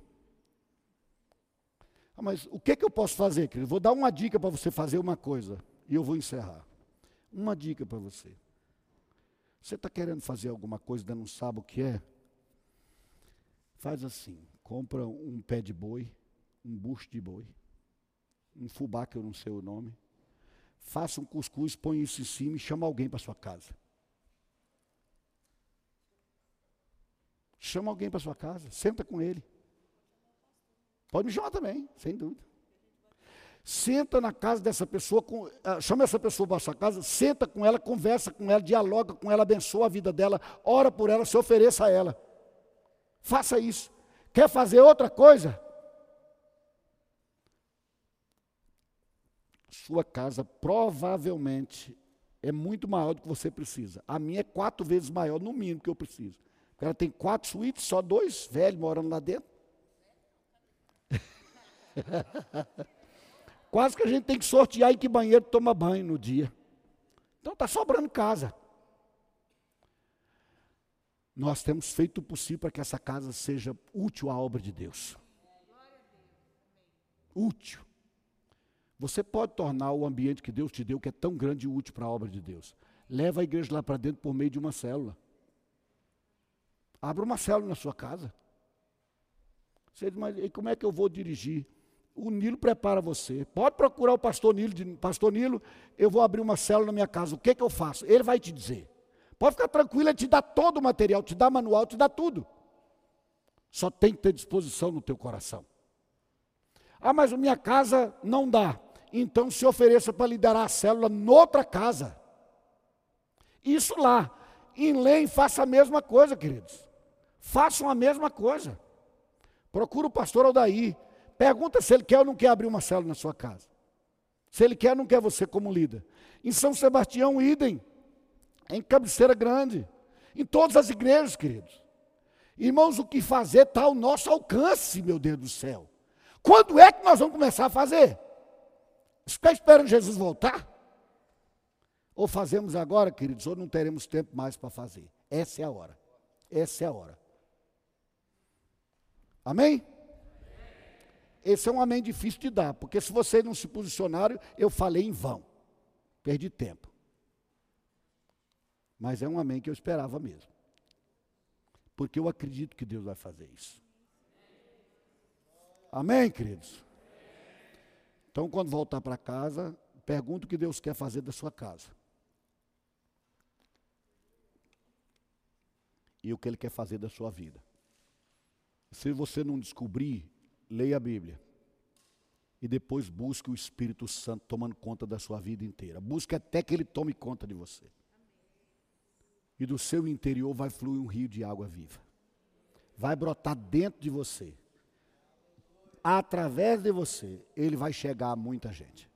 Mas o que eu posso fazer, querido? Vou dar uma dica para você fazer uma coisa, e eu vou encerrar. Uma dica para você. Você está querendo fazer alguma coisa, ainda não sabe o que é? Faz assim, compra um pé de boi, um bucho de boi, um fubá, que eu não sei o nome, faça um cuscuz, põe isso em cima e chama alguém para sua casa. Chama alguém para sua casa, senta com ele. Pode me chamar também, sem dúvida. Senta na casa dessa pessoa, chama essa pessoa para sua casa, senta com ela, conversa com ela, dialoga com ela, abençoa a vida dela, ora por ela, se ofereça a ela. Faça isso. Quer fazer outra coisa? Sua casa provavelmente é muito maior do que você precisa. A minha é 4 vezes maior, no mínimo, que eu preciso. Ela tem 4 suítes, só 2 velhos morando lá dentro. Quase que a gente tem que sortear em que banheiro toma banho no dia. Então está sobrando casa. Nós temos feito o possível para que essa casa seja útil à obra de Deus. Útil. Você pode tornar o ambiente que Deus te deu, que é tão grande e útil para a obra de Deus. Leva a igreja lá para dentro por meio de uma célula. Abra uma célula na sua casa. Você diz, mas e como é que eu vou dirigir? O Nilo prepara você. Pode procurar o pastor Nilo. Pastor Nilo, eu vou abrir uma célula na minha casa. O que eu faço? Ele vai te dizer. Pode ficar tranquilo, ele te dá todo o material, te dá manual, te dá tudo. Só tem que ter disposição no teu coração. Ah, mas a minha casa não dá. Então se ofereça para liderar a célula noutra casa. Isso lá. Em Lém, faça a mesma coisa, queridos. Façam a mesma coisa. Procura o pastor Aldair. Pergunta se ele quer ou não quer abrir uma célula na sua casa. Se ele quer ou não quer você como líder. Em São Sebastião, idem. Em Cabeceira Grande. Em todas as igrejas, queridos. Irmãos, o que fazer está ao nosso alcance, meu Deus do céu. Quando é que nós vamos começar a fazer? Está esperando Jesus voltar? Ou fazemos agora, queridos, ou não teremos tempo mais para fazer. Essa é a hora. Essa é a hora. Amém? Esse é um amém difícil de dar, porque se vocês não se posicionaram, eu falei em vão. Perdi tempo. Mas é um amém que eu esperava mesmo. Porque eu acredito que Deus vai fazer isso. Amém, queridos? Então, quando voltar para casa, pergunta o que Deus quer fazer da sua casa. E o que Ele quer fazer da sua vida. Se você não descobrir, leia a Bíblia. E depois busque o Espírito Santo tomando conta da sua vida inteira. Busque até que Ele tome conta de você. E do seu interior vai fluir um rio de água viva. Vai brotar dentro de você. Através de você, Ele vai chegar a muita gente.